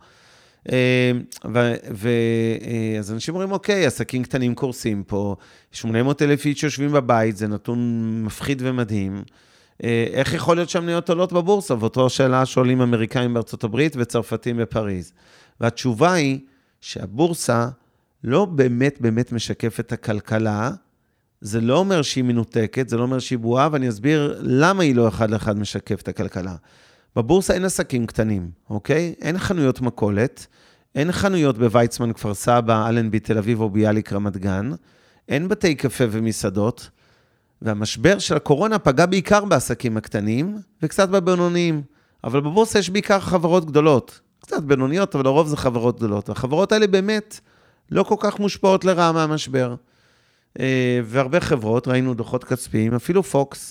אז אנשים אומרים, אוקיי, עסקים קטנים קורסים פה, 800,000 איש שיושבים בבית, זה נתון מפחיד ומדהים. איך יכול להיות שהמניות עולות בבורסה? ואותו שאלה שואלים אמריקאים בארצות הברית וצרפתים בפריז. והתשובה היא שהבורסה לא באמת משקפת את הכלכלה, זה לא אומר שהיא מנותקת, זה לא אומר שהיא בועה, ואני אסביר למה היא לא אחד לאחד משקפת את הכלכלה. בבורסה אין עסקים קטנים, אוקיי? אין חנויות מכולת, אין חנויות בוויצמן, כפר סבא, אלנבי, תל אביב או ביאליק רמת גן, אין בתי קפה ומסעדות, והמשבר של הקורונה פגע בעיקר בעסקים הקטנים וקצת בבינוניים, אבל בבורסה יש בעיקר חברות גדולות, קצת בינוניות, אבל לרוב זה חברות גדולות. החברות האלה באמת לא כל כך מושפעות לרעה מהמשבר. והרבה חברות, ראינו דוחות כספיים, אפילו פוקס,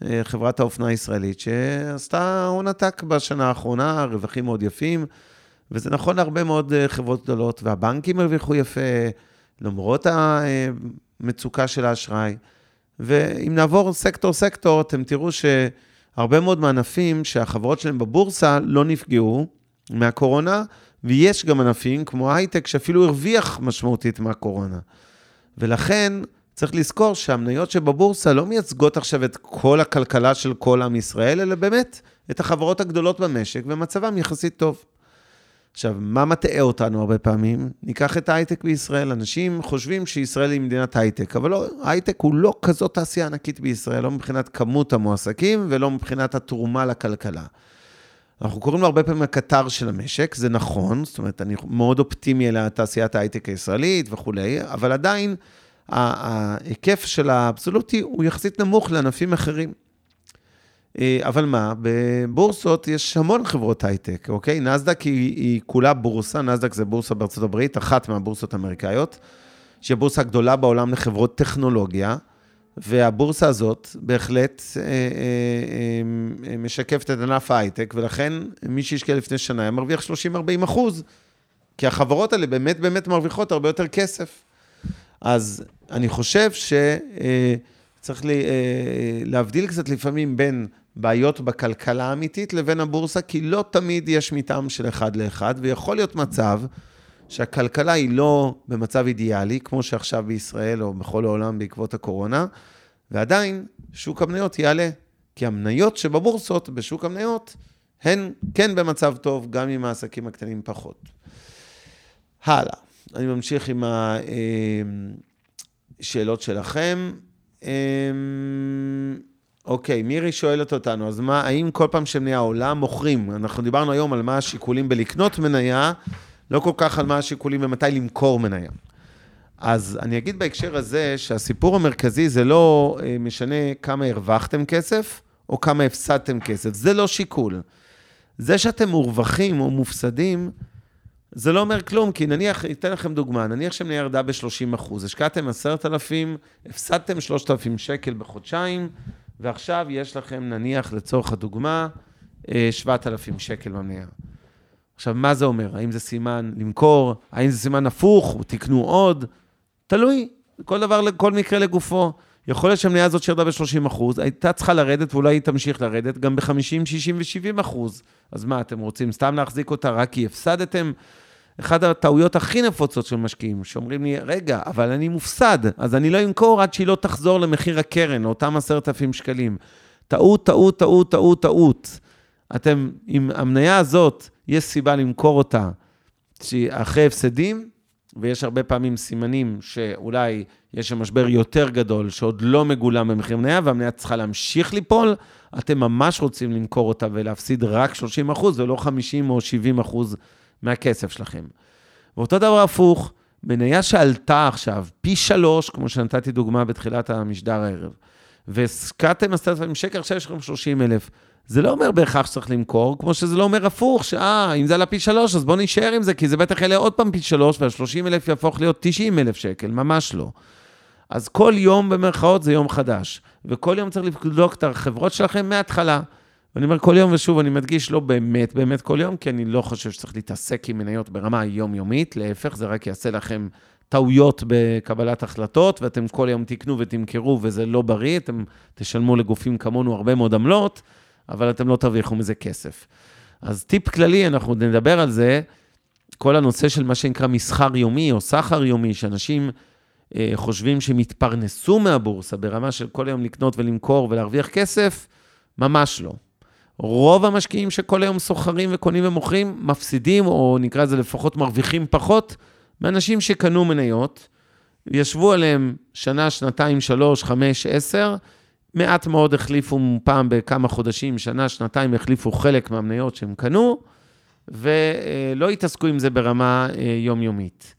חברת האופנה הישראלית, שעשתה הון עתק בשנה האחרונה, רווחים מאוד יפים, וזה נכון להרבה מאוד חברות גדולות, והבנקים הרוויחו יפה, למרות המצוקה של האשראי. ואם נעבור סקטור, אתם תראו שהרבה מאוד מענפים שהחברות שלהם בבורסה לא נפגעו מהקורונה, ויש גם ענפים כמו הייטק שאפילו הרוויח משמעותית מהקורונה. ולכן צריך לזכור שהמניות שבבורסה לא מייצגות עכשיו את כל הכלכלה של כל עם ישראל, אלא באמת את החברות הגדולות במשק, ומצבם יחסית טוב. עכשיו, מה מטעה אותנו הרבה פעמים? ניקח את ההייטק בישראל. אנשים חושבים שישראל היא מדינת הייטק, אבל לא, ההייטק הוא לא כזאת תעשייה ענקית בישראל, לא מבחינת כמות המועסקים, ולא מבחינת התרומה לכלכלה. אנחנו קוראים לו הרבה פעמים הקטר של המשק, זה נכון, זאת אומרת, אני מאוד אופטימי על תעשיית ההייטק הישראלית וכו', אבל עדיין, ההיקף של האבסולוטי הוא יחסית נמוך לענפים אחרים. אבל מה? בבורסות יש המון חברות הייטק, אוקיי? נסדק היא כולה בורסה, נסדק זה בורסה בארצות הברית, אחת מהבורסות האמריקאיות, שהיא בורסה גדולה בעולם לחברות טכנולוגיה, והבורסה הזאת בהחלט משקפת את ענף ההייטק, ולכן מי שהשקיע לפני שנה היה מרוויח 30-40%, כי החברות האלה באמת מרוויחות הרבה יותר כסף. אז אני חושב שצריך להבדיל קצת לפעמים בין בעיות בכלכלה האמיתית לבין הבורסה, כי לא תמיד יש מתאם של אחד לאחד, ויכול להיות מצב שהכלכלה היא לא במצב אידיאלי, כמו שעכשיו בישראל או בכל העולם בעקבות הקורונה, ועדיין שוק המניות יעלה, כי המניות שבבורסות בשוק המניות הן כן במצב טוב, גם עם העסקים הקטנים פחות. הלאה, אני ממשיך עם השאלות שלכם. אוקיי, מירי שואלת אותנו, אז מה, האם כל פעם שמניה העולם מוכרים? אנחנו דיברנו היום על מה השיקולים בלקנות מניה, לא כל כך על מה השיקולים ומתי למכור מניה. אז אני אגיד בהקשר הזה שהסיפור המרכזי זה לא משנה כמה הרווחתם כסף או כמה הפסדתם כסף, זה לא שיקול. זה שאתם מורווחים או מופסדים, זה לא אומר כלום, כי נניח, אתן לכם דוגמה, נניח שמניה ירדה ב-30%, השקעתם 10,000, הפסדתם 3,000 שקל בחודשיים, ועכשיו יש לכם נניח לצורך הדוגמה 7,000 שקל במניה. עכשיו, מה זה אומר? האם זה סימן למכור? האם זה סימן הפוך? תקנו עוד? תלוי. כל דבר, כל מקרה לגופו. יכול להיות שהמניה הזאת שירדה ב-30%, הייתה צריכה לרדת, ואולי היא תמשיך לרדת, גם ב-50, 60 ו-70%. אז מה, אתם רוצים סתם להחזיק אותה רק כי הפסדתם? אחת הטעויות הכי נפוצות של משקיעים, שאומרים לי, רגע, אבל אני מופסד, אז אני לא אמכור עד שהיא לא תחזור למחיר הקרן, אותם 10,000 שקלים. טעות. אתם, עם המניה הזאת, יש סיבה למכור אותה, שאחרי הפסדים, ויש הרבה פעמים סימנים שאולי יש משבר יותר גדול, שעוד לא מגולם במחיר מניה, והמניה צריכה להמשיך ליפול, אתם ממש רוצים למכור אותה ולהפסיד רק 30%, ולא 50 או 70% מהכסף שלכם. ואותו דבר הפוך, מניה שעלתה עכשיו, פי 3, כמו שנתתי דוגמה בתחילת המשדר הערב, והשקעתם 10,000 שקל, עכשיו יש לכם 30,000, זה לא אומר בהכרח שצריך למכור, כמו שזה לא אומר הפוך, אם זה עלה פי 3, אז בוא נשאר עם זה, כי זה בטח יעלה עוד פעם פי 3, וה-30,000 יהפוך להיות 90,000 שקל, ממש לא. אז כל יום במרכאות זה יום חדש, וכל יום צריך לבדוק את החברות שלכם מההתחלה. ואני אומר כל יום, ושוב, אני מדגיש לא באמת כל יום, כי אני לא חושב שצריך להתעסק עם מניות ברמה יומיומית, להפך, זה רק יעשה לכם טעויות בקבלת החלטות, ואתם כל יום תקנו ותמכרו, וזה לא בריא, אתם תשלמו לגופים כמונו הרבה מאוד עמלות, אבל אתם לא תרוויחו מזה כסף. אז טיפ כללי, אנחנו נדבר על זה, כל הנושא של מה שנקרא מסחר יומי או סחר יומי, שאנשים חושבים שהם יתפרנסו מהבורסה, ברמה של כל יום לקנות ולמכור ולהרוויח כסף, ממש לא. רוב המשקיעים שכל היום סוחרים וקונים ומוכרים, מפסידים, או נקרא לזה לפחות מרוויחים פחות, מאנשים שקנו מניות, ישבו עליהם שנה, שנתיים, 3, 5, 10, מעט מאוד החליפו פעם בכמה חודשים, שנה, שנתיים החליפו חלק מהמניות שהם קנו, ולא התעסקו עם זה ברמה יומיומית.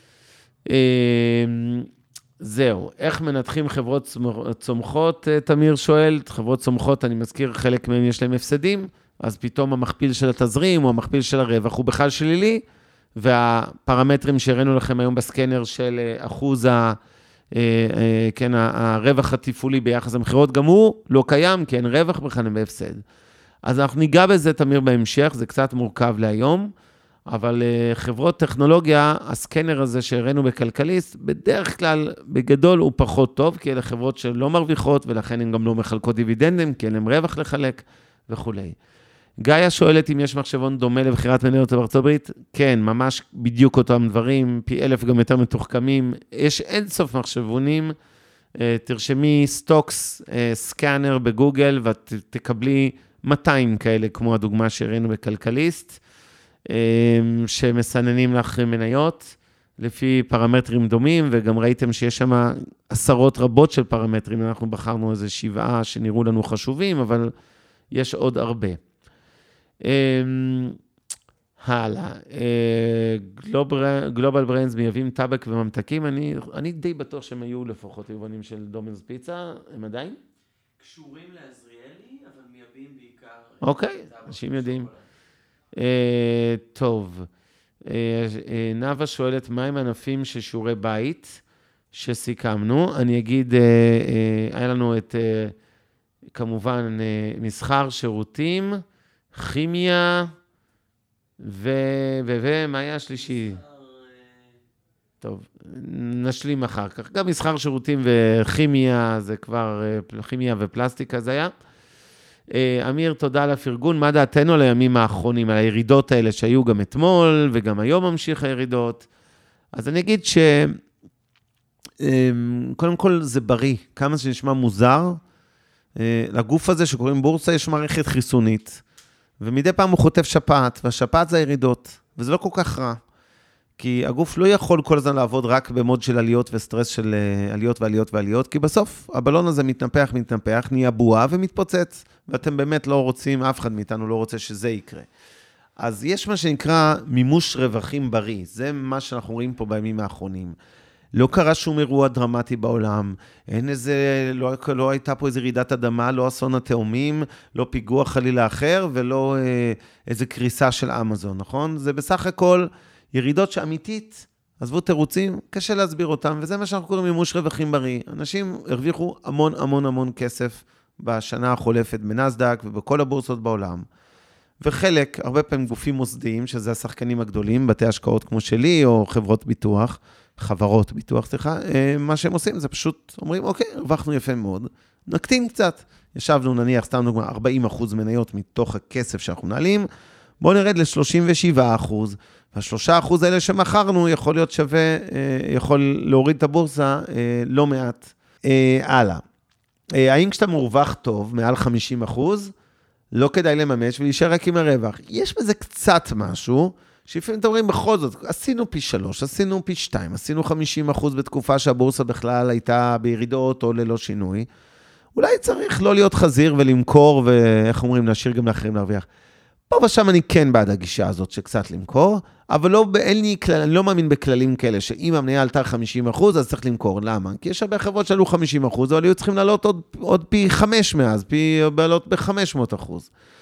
זהו, איך מנתחים חברות צומחות, תמיר שואל, חברות צומחות, אני מזכיר, חלק מהם יש להם הפסדים, אז פתאום המכפיל של התזרים או המכפיל של הרווח הוא בכלל שלילי, והפרמטרים שהראינו לכם היום בסקנר של אחוז כן, הרווח התפעולי ביחס למחירות, גם הוא לא קיים, כי אין רווח בכלל בהפסד. אז אנחנו ניגע בזה תמיר בהמשך, זה קצת מורכב להיום, אבל חברות טכנולוגיה, הסקנר הזה שהראינו בכלכליסט, בדרך כלל, בגדול הוא פחות טוב, כי אלה חברות שלא מרוויחות, ולכן הן גם לא מחלקות דיבידנדים, כי אין להם רווח לחלק וכו'. גאיה שואלת אם יש מחשבון דומה לבחירת מניות בארצות הברית. כן, ממש בדיוק אותם דברים, פי 1000 גם יותר מתוחכמים. יש אינסוף מחשבונים, תרשמי סטוקס, סקאנר בגוגל, ותקבלי 200 כאלה, כמו הדוגמה שהראינו בכלכליסט, שמסננים לך מניות, לפי פרמטרים דומים, וגם ראיתם שיש שם עשרות רבות של פרמטרים, אנחנו בחרנו איזה 7 שנראו לנו חשובים, אבל יש עוד הרבה. הלאה, גלובל בריינס מייבאים טבק וממתקים, אני די בטוח שהם היו לפחות יבואנים של דומינוס פיצה, הם עדיין? קשורים לעזריאלי, אבל מייבאים בעיקר... אוקיי, אנשים יודעים. טוב, נאווה שואלת, מה עם ענפים של שיעורי בית שסיכמנו? אני אגיד, היה לנו את, כמובן, מסחר, שירותים, כימיה, ומה היה השלישי? טוב, נשלים אחר כך. גם מסחר, שירותים וכימיה, זה כבר, כימיה ופלסטיקה זה היה. אמיר, תודה על הפרגון. מה דעתנו על הימים האחרונים, על הירידות האלה שהיו גם אתמול, וגם היום ממשיך הירידות? אז אני אגיד קודם כל זה בריא. כמה שנשמע מוזר, לגוף הזה שקוראים בורסה יש מערכת חיסונית, ומדי פעם הוא חוטף שפעת, והשפעת זה הירידות, וזה לא כל כך רע. כי הגוף לא יכול כל הזמן לעבוד רק במוד של עליות וסטרס של עליות ועליות ועליות, כי בסוף הבלון הזה מתנפח, נהיה בועה ומתפוצץ, ואתם באמת לא רוצים, אף אחד מאיתנו לא רוצה שזה יקרה. אז יש מה שנקרא מימוש רווחים בריא, זה מה שאנחנו רואים פה בימים האחרונים. לא קרה שום אירוע דרמטי בעולם, אין איזה, לא הייתה פה איזו רעידת אדמה, לא אסון התאומים, לא פיגוע חלילה אחר, ולא איזו קריסה של אמזון, נכון? זה בסך הכל ירידות שאמיתית, עזבו תירוצים, קשה להסביר אותם, וזה מה שאנחנו קוראים מימוש רווחים בריא. אנשים הרוויחו המון המון המון כסף בשנה החולפת בנסדק ובכל הבורסות בעולם. וחלק, הרבה פעמים גופים מוסדיים, שזה השחקנים הגדולים, בתי השקעות כמו שלי, או חברות ביטוח, מה שהם עושים זה פשוט אומרים, אוקיי, הרווחנו יפה מאוד, נקטין קצת. ישבנו נניח, סתם דוגמה, 40% מניות מתוך הכסף שאנחנו נעלים, בואו נרד ל-37%, וה3% האלה שמכרנו יכול להיות שווה, יכול להוריד את הבורסה לא מעט. הלאה. האם כשאתה מורווח טוב, מעל 50%, לא כדאי לממש ולהישאר רק עם הרווח. יש בזה קצת משהו, שלפעמים אתם אומרים בכל זאת, עשינו פי 3, עשינו פי 2, עשינו 50% בתקופה שהבורסה בכלל הייתה בירידות או ללא שינוי. אולי צריך לא להיות חזיר ולמכור, ואיך אומרים, להשאיר גם לאחרים להרוויח. פה ושם אני כן בעד הגישה הזאת שקצת למכור, אבל לא, אני לא מאמין בכללים כאלה, שאם המניה עלתה 50%, אז צריך למכור. למה? כי יש הרבה חברות שעלו 50%, אבל היו צריכים לעלות עוד פי 5 מאז, לעלות ב-500%.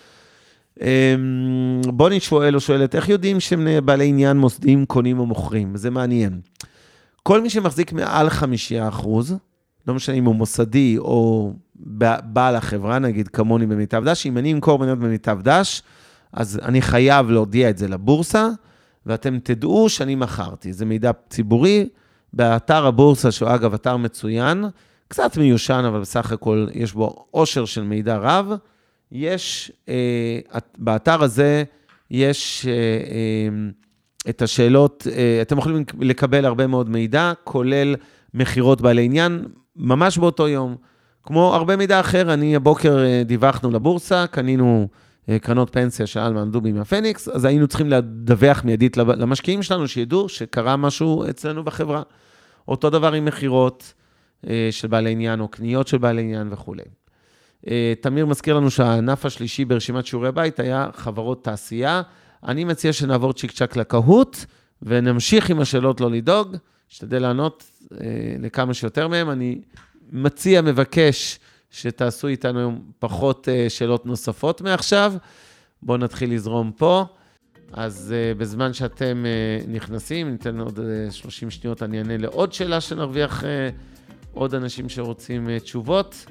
בוני שואלת, איך יודעים שהם בעלי עניין מוסדיים קונים או מוכרים? זה מעניין. כל מי שמחזיק מעל 5%, לא משנה אם הוא מוסדי או בעל החברה, נגיד כמוני במיטב דש, אם אני אמכור מניות במיטב דש, אז אני חייב להודיע את זה לבורסה, ואתם תדעו שאני מכרתי. זה מידע ציבורי, באתר הבורסה, שהוא אגב אתר מצוין, קצת מיושן, אבל בסך הכל יש בו עושר של מידע רב, יש, באתר הזה יש את השאלות, אתם יכולים לקבל הרבה מאוד מידע, כולל מחירות בעלי עניין, ממש באותו יום. כמו הרבה מידע אחר, אני הבוקר דיווחנו לבורסה, קנינו קרנות פנסיה שאלמן דובי מהפניקס, אז היינו צריכים לדווח מיידית למשקיעים שלנו, שידעו שקרה משהו אצלנו בחברה. אותו דבר עם מחירות של בעלי עניין, או קניות של בעלי עניין וכו'. תמיר מזכיר לנו שהענף השלישי ברשימת שיעורי בית היה חברות תעשייה. אני מציע שנעבור צ'יק צ'ק לקהות, ונמשיך עם השאלות לא לדאוג, שתדע לענות לכמה שיותר מהם. אני מציע, מבקש, שתעשו איתנו פחות שאלות נוספות מעכשיו. בואו נתחיל לזרום פה. אז בזמן שאתם נכנסים, ניתן עוד 30 שניות, אני אענה לעוד שאלה שנרוויח עוד אנשים שרוצים תשובות.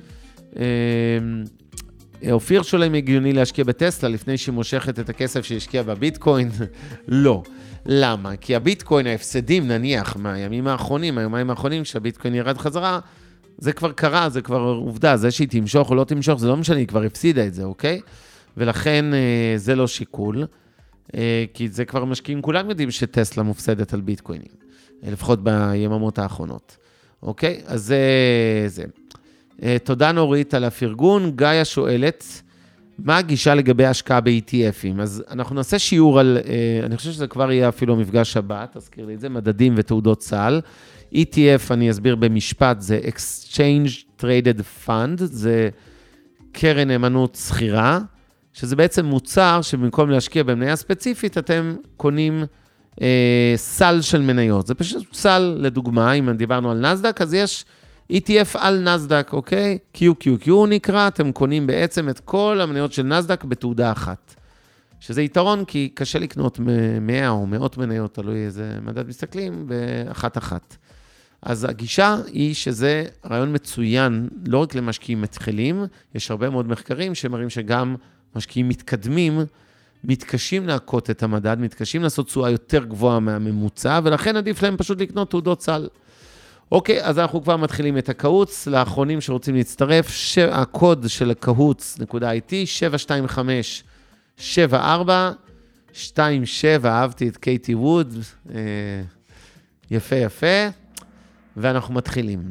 אופיר שואל אם הגיוני להשקיע בטסלה לפני שהיא מושכת את הכסף שהשקיע בביטקוין? לא. למה? כי הביטקוין, ההפסדים נניח מהימים האחרונים שהביטקוין ירד חזרה, זה כבר קרה, זה כבר עובדה, זה שהיא תמשוך או לא תמשוך, זה לא משנה, היא כבר הפסידה את זה, אוקיי? ולכן זה לא שיקול, כי זה כבר משקיעים, כולם יודעים שטסלה מופסדת על ביטקוינים, לפחות ביממות האחרונות, אוקיי? אז זה. תודה נורית על הפרגון. גאיה שואלת, מה הגישה לגבי השקעה ב-ETFים? אז אנחנו נעשה שיעור על, אני חושב שזה כבר יהיה אפילו מפגש שבת, תזכיר לי את זה, מדדים ותעודות סל. ETF, אני אסביר במשפט, זה Exchange Traded Fund, זה קרן נאמנות סחירה, שזה בעצם מוצר שבמקום להשקיע במניה ספציפית, אתם קונים סל של מניות. זה פשוט סל, לדוגמה, אם דיברנו על נסדק, אז יש ETF על נסדק, אוקיי? QQQ נקרא, אתם קונים בעצם את כל המניות של נסדק בתעודה אחת. שזה יתרון, כי קשה לקנות 100 או מאות מניות, תלוי איזה מדד מסתכלים, באחת-אחת. אז הגישה היא שזה רעיון מצוין, לא רק למשקיעים מתחילים, יש הרבה מאוד מחקרים שמראים שגם משקיעים מתקדמים, מתקשים להקות את המדד, מתקשים לעשות תשואה יותר גבוהה מהממוצע, ולכן עדיף להם פשוט לקנות תעודות סל. אוקיי, אז אנחנו כבר מתחילים את הקהוץ, לאחרונים שרוצים להצטרף, הקוד של הקהוץ.it, 725-74-27, אהבתי את קייטי ווד, יפה יפה, ואנחנו מתחילים.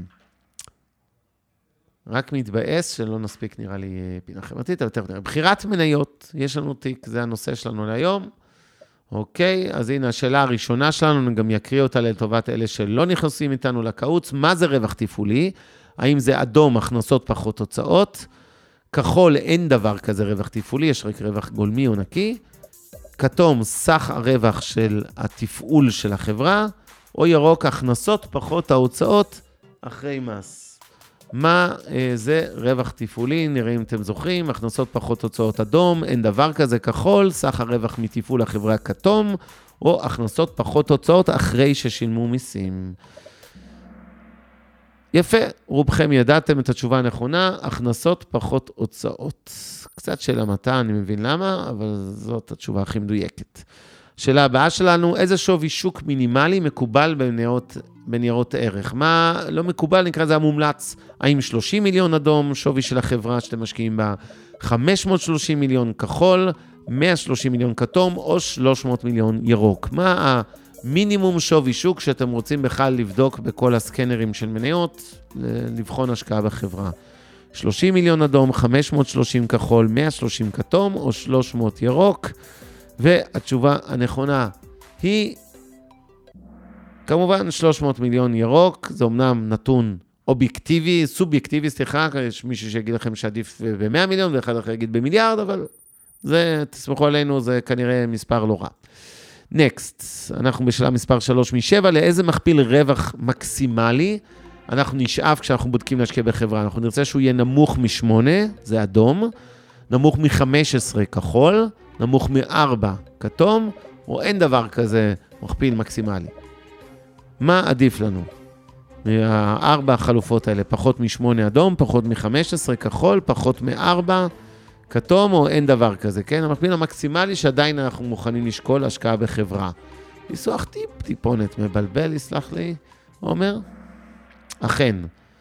רק מתבאס שלא נספיק נראה לי פינה חברתית, אבל יותר. בחירת מניות, יש לנו תיק, זה הנושא שלנו להיום. אוקיי, אז הנה השאלה הראשונה שלנו, אני גם יקריא אותה לטובת אלה שלא נכנסים איתנו לקהוץ. מה זה רווח תפעולי? האם זה אדום, הכנסות פחות הוצאות? כחול, אין דבר כזה רווח תפעולי, יש רק רווח גולמי או נקי. כתום, סך הרווח של התפעול של החברה. או ירוק, הכנסות פחות ההוצאות אחרי מס. מה זה רווח תפעולי? נראה אם אתם זוכרים, הכנסות פחות הוצאות אדום, אין דבר כזה כחול, סך הרווח מתפעול החברה כתום, או הכנסות פחות הוצאות אחרי ששילמו מיסים. יפה, רובכם ידעתם את התשובה הנכונה, הכנסות פחות הוצאות. קצת שאלה מתי, אני מבין למה, אבל זאת התשובה הכי מדויקת. שאלה הבאה שלנו, איזה שווי שוק מינימלי מקובל בניירות ערך? מה לא מקובל, נקרא זה המומלץ. האם 30 מיליון אדום, שווי של החברה שאתם משקיעים בה, 530 מיליון כחול, 130 מיליון כתום, או 300 מיליון ירוק? מה המינימום שווי שוק שאתם רוצים בכלל לבדוק בכל הסקנרים של מניות, לבחון השקעה בחברה? 30 מיליון אדום, 530 כחול, 130 כתום, או 300 ירוק? והתשובה הנכונה היא, כמובן 300 מיליון ירוק, זה אומנם נתון אובייקטיבי, סובייקטיבי, סליחה, יש מישהו שיגיד לכם שעדיף ב-100 מיליון, ואחד אחר יגיד במיליארד, אבל זה, תסמכו עלינו, זה כנראה מספר לא רע. נקסט, אנחנו בשלב מספר 3 מ-7, לאיזה מכפיל רווח מקסימלי, אנחנו נשאף כשאנחנו בודקים להשקיע בחברה, אנחנו נרצה שהוא יהיה נמוך מ-8, זה אדום, נמוך מ-15 כחול, נמוך מ-4 כתום, או אין דבר כזה מכפיל מקסימלי. מה עדיף לנו? מהארבע החלופות האלה, פחות מ-8 אדום, פחות מ-15 כחול, פחות מ-4 כתום, או אין דבר כזה, כן? המכפיל המקסימלי שעדיין אנחנו מוכנים לשקול השקעה בחברה. ניסוח טיפונת מבלבל, יסלח לי, עומר? אכן.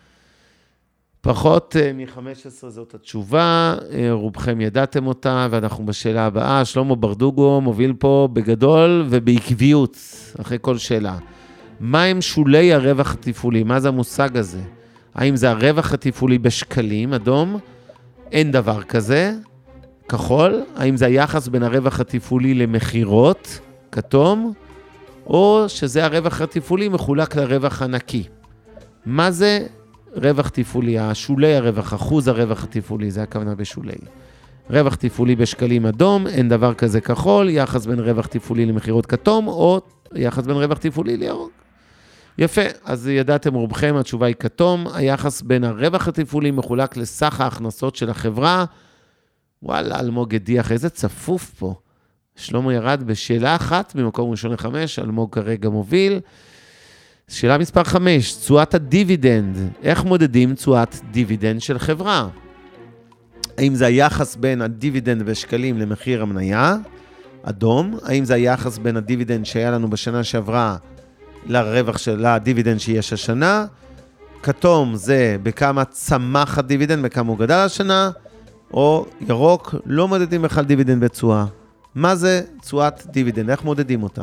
פחות מ-15 זאת התשובה, רובכם ידעתם אותה, ואנחנו בשאלה הבאה. שלמה ברדוגו מוביל פה בגדול ובעקביות, אחרי כל שאלה. מה הם שולי הרווח התפעולי? מה זה המושג הזה? האם זה הרווח התפעולי בשקלים, אדום? אין דבר כזה. כחול? האם זה היחס בין הרווח התפעולי למחירות, כתום? או שזה הרווח התפעולי מחולק לרווח הנקי? מה זה רווח תפעולי? השולי הרווח, אחוז הרווח התפעולי, זה הכוונה בשולי. רווח תפעולי בשקלים אדום, אין דבר כזה כחול, יחס בין רווח תפעולי למחירות כתום, או יחס בין רווח תפעולי לירוק. יפה, אז ידעתם רובכם, התשובה היא כתום, היחס בין הרווח התפעולי מחולק לסך ההכנסות של החברה. וואלה, אלמוג הדיח, איזה צפוף פה. שלמה ירד בשאלה אחת, ממקום ראשון ל5, אלמוג כרגע מוביל. שאלה מספר 5, תשואת הדיבידנד. איך מודדים תשואת דיבידנד של חברה? האם זה היחס בין הדיבידנד בשקלים למחיר המניה? אדום. האם זה היחס בין הדיבידנד שהיה לנו בשנה שעברה לרווח של הדיבידנד שיש השנה? כתום זה בכמה צמח הדיבידנד, בכמה הוא גדל השנה, או ירוק, לא מודדים בכלל דיבידנד בתשואה. מה זה תשואת דיבידנד? איך מודדים אותה?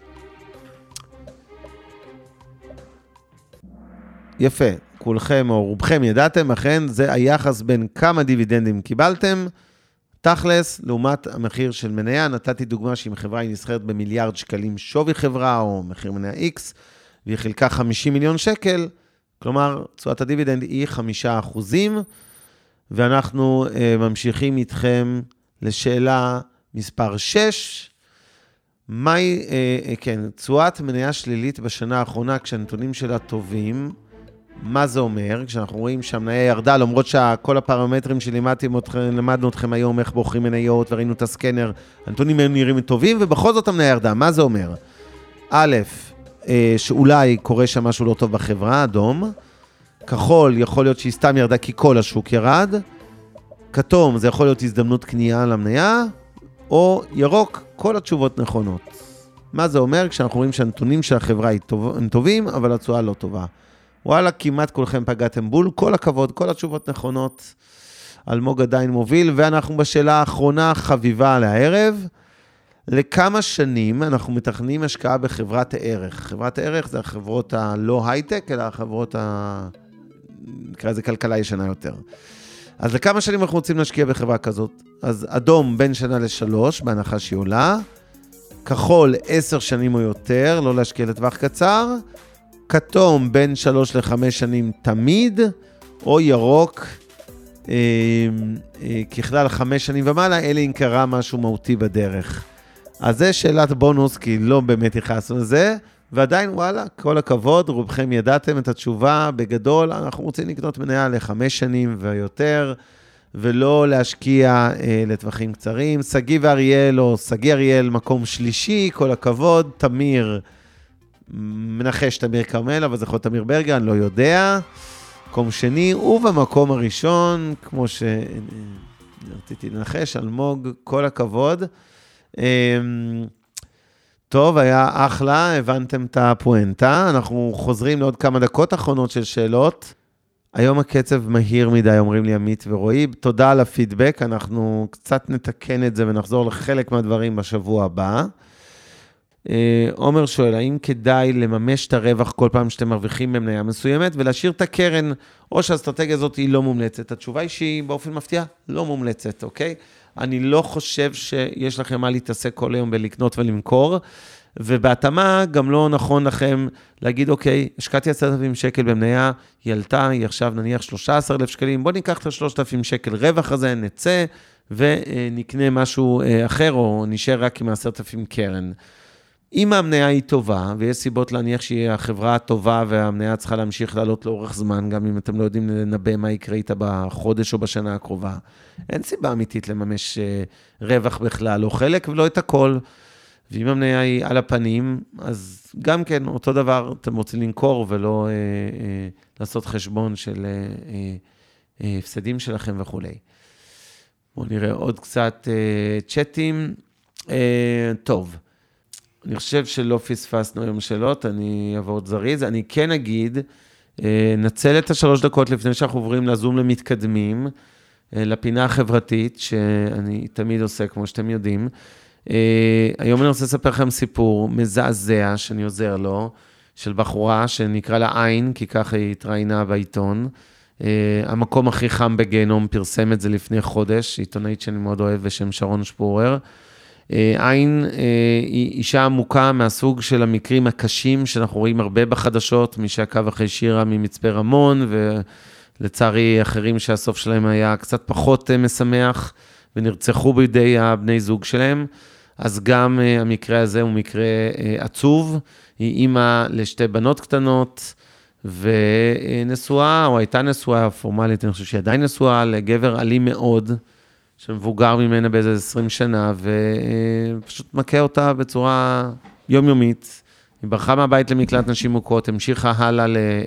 יפה, כולכם או רובכם ידעתם, אכן זה היחס בין כמה דיבידנדים קיבלתם, תכלס, לעומת המחיר של מניה. נתתי דוגמה שאם חברה היא נסחרת במיליארד שקלים שווי חברה, או מחיר מניה X, והיא חילקה 50 מיליון שקל, כלומר, תשואת הדיבידנד היא 5%, ואנחנו ממשיכים איתכם לשאלה מספר 6, מהי, כן, תשואת מניה שלילית בשנה האחרונה, כשהנתונים שלה טובים, מה זה אומר? כשאנחנו רואים שהמניה ירדה, למרות שכל הפרמטרים שלמדנו אתכם היום, איך בוחרים מניות, וראינו את הסקנר, הנתונים הם נראים טובים, ובכל זאת המניה ירדה. מה זה אומר? א', שאולי קורה שם משהו לא טוב בחברה, אדום. כחול, יכול להיות שהיא סתם ירדה כי כל השוק ירד. כתום, זה יכול להיות הזדמנות קנייה למניה. או ירוק, כל התשובות נכונות. מה זה אומר? כשאנחנו רואים שהנתונים של החברה הם טובים, אבל התשואה לא טובה. וואלה, כמעט כולכם פגעתם בול, כל הכבוד, כל התשובות נכונות. אלמוג עדיין מוביל, ואנחנו בשאלה האחרונה חביבה לערב. לכמה שנים אנחנו מתכננים השקעה בחברת הערך? חברת הערך זה החברות הלא הייטק, אלא החברות נקרא לזה כלכלה ישנה יותר. אז לכמה שנים אנחנו רוצים להשקיע בחברה כזאת? אז אדום בין שנה ל3, בהנחה שהיא עולה. כחול 10 שנים או יותר, לא להשקיע לטווח קצר. כתום בין 3 ל5 שנים תמיד, או ירוק ככלל 5 שנים ומעלה, אלא אם קרה משהו מהותי בדרך. אז זה שאלת בונוס, כי לא באמת יכנסנו לזה, ועדיין וואלה, כל הכבוד, רובכם ידעתם את התשובה בגדול, אנחנו רוצים לקנות מניה ל5 שנים ויותר, ולא להשקיע לטווחים קצרים. סגי ואריאל, או סגי אריאל, מקום שלישי, כל הכבוד. תמיר, מנחש תמיר קרמל, אבל זה יכול תמיר ברגר, אני לא יודע. מקום שני, ובמקום הראשון, כמו שרציתי לנחש, אלמוג, כל הכבוד. טוב, היה אחלה, הבנתם את הפואנטה. אנחנו חוזרים לעוד כמה דקות אחרונות של שאלות. היום הקצב מהיר מדי, אומרים לי עמית ורועי. תודה על הפידבק, אנחנו קצת נתקן את זה ונחזור לחלק מהדברים בשבוע הבא. עומר שואל, האם כדאי לממש את הרווח כל פעם שאתם מרוויחים במניה מסוימת, ולהשאיר את הקרן, או שהאסטרטגיה הזאת היא לא מומלצת? התשובה היא שהיא באופן מפתיע לא מומלצת, אוקיי? אני לא חושב שיש לכם מה להתעסק כל היום בלקנות ולמכור, ובהתאמה גם לא נכון לכם להגיד, אוקיי, השקעתי 10,000 שקל במניה, היא עלתה, היא עכשיו נניח 13,000 שקלים, בוא ניקח את 3,000 שקל רווח הזה, נצא ונקנה משהו אחר, או נשאר רק עם 10,000 קרן. אם המניה היא טובה, ויש סיבות להניח שהיא החברה הטובה, והמניה צריכה להמשיך לעלות לאורך זמן, גם אם אתם לא יודעים לנבא מה יקרה איתה בחודש או בשנה הקרובה, אין סיבה אמיתית לממש רווח בכלל, או חלק ולא את הכל. ואם המניה היא על הפנים, אז גם כן, אותו דבר, אתם רוצים לנקור ולא לעשות חשבון של הפסדים שלכם וכו'. בואו נראה עוד קצת צ'אטים. טוב. אני חושב שלא פספסנו היום שאלות, אני אעבור זריז. אני כן אגיד, נצל את 3 דקות לפני שאנחנו עוברים לזום למתקדמים, לפינה החברתית, שאני תמיד עושה, כמו שאתם יודעים. היום אני רוצה לספר לכם סיפור מזעזע, שאני עוזר לו, של בחורה שנקרא לה עין, כי ככה היא התראיינה בעיתון. המקום הכי חם בגיהנום, פרסם את זה לפני חודש, עיתונאית שאני מאוד אוהב, בשם שרון שפורר. עין היא אישה עמוקה מהסוג של המקרים הקשים שאנחנו רואים הרבה בחדשות, מי שעקב אחרי שירה ממצפה רמון, ולצערי אחרים שהסוף שלהם היה קצת פחות משמח, ונרצחו בידי הבני זוג שלהם. אז גם המקרה הזה הוא מקרה עצוב. היא אימא לשתי בנות קטנות, ונשואה, או הייתה נשואה פורמלית, אני חושב שהיא עדיין נשואה, לגבר אלים מאוד, שמבוגר ממנה באיזה 20 שנה, ופשוט מכה אותה בצורה יומיומית, היא ברחה מהבית למקלט נשים מוכות, המשיכה הלאה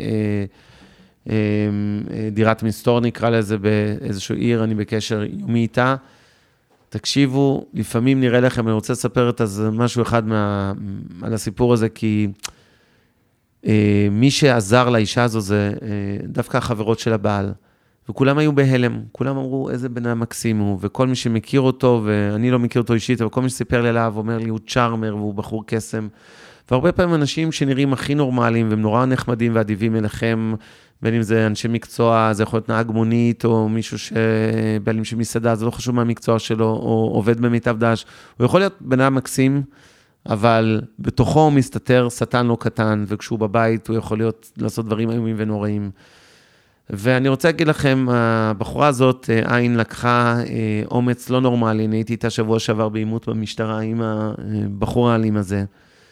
לדירת מסתור, נקרא לזה באיזשהו עיר, אני בקשר יומי איתה. תקשיבו, לפעמים נראה לכם, אני רוצה לספר את זה משהו אחד על הסיפור הזה, כי מי שעזר לאישה הזו זה דווקא החברות של הבעל, וכולם היו בהלם, כולם אמרו איזה בן אדם מקסים הוא, וכל מי שמכיר אותו, ואני לא מכיר אותו אישית, אבל כל מי שסיפר לי עליו אומר לי, הוא צ'ארמר והוא בחור קסם, והרבה פעמים אנשים שנראים הכי נורמליים, והם נורא נחמדים ואדיבים אליכם, בין אם זה אנשי מקצוע, זה יכול להיות נהג מונית, או מישהו שבעלים של מסעדה, זה לא חשוב מה המקצוע שלו, או עובד במיטב דש, הוא יכול להיות בן אדם מקסים, אבל בתוכו הוא מסתתר שטן לא קטן, וכשהוא בבית הוא יכול לעשות דברים איומים ונוראים. ואני רוצה להגיד לכם, הבחורה הזאת, עין לקחה אומץ לא נורמלי, אני הייתי איתה שבוע שעבר באימות במשטרה עם הבחור האלים הזה,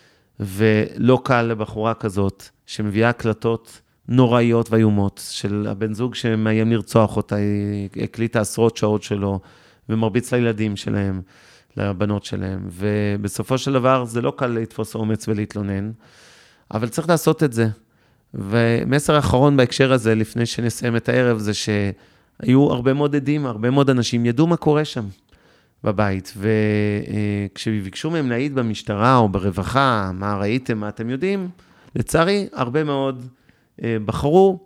ולא קל לבחורה כזאת, שמביאה הקלטות נוראיות ואיומות, של הבן זוג שמאיים לרצוח אותה, היא הקליטה עשרות שעות שלו, ומרביץ לילדים שלהם, לבנות שלהם, ובסופו של דבר זה לא קל לתפוס אומץ ולהתלונן, אבל צריך לעשות את זה. ומסר האחרון בהקשר הזה, לפני שנסיים את הערב, זה שהיו הרבה מאוד עדים, הרבה מאוד אנשים ידעו מה קורה שם בבית, וכשביקשו מהם להעיד במשטרה או ברווחה, מה ראיתם, מה אתם יודעים, לצערי, הרבה מאוד בחרו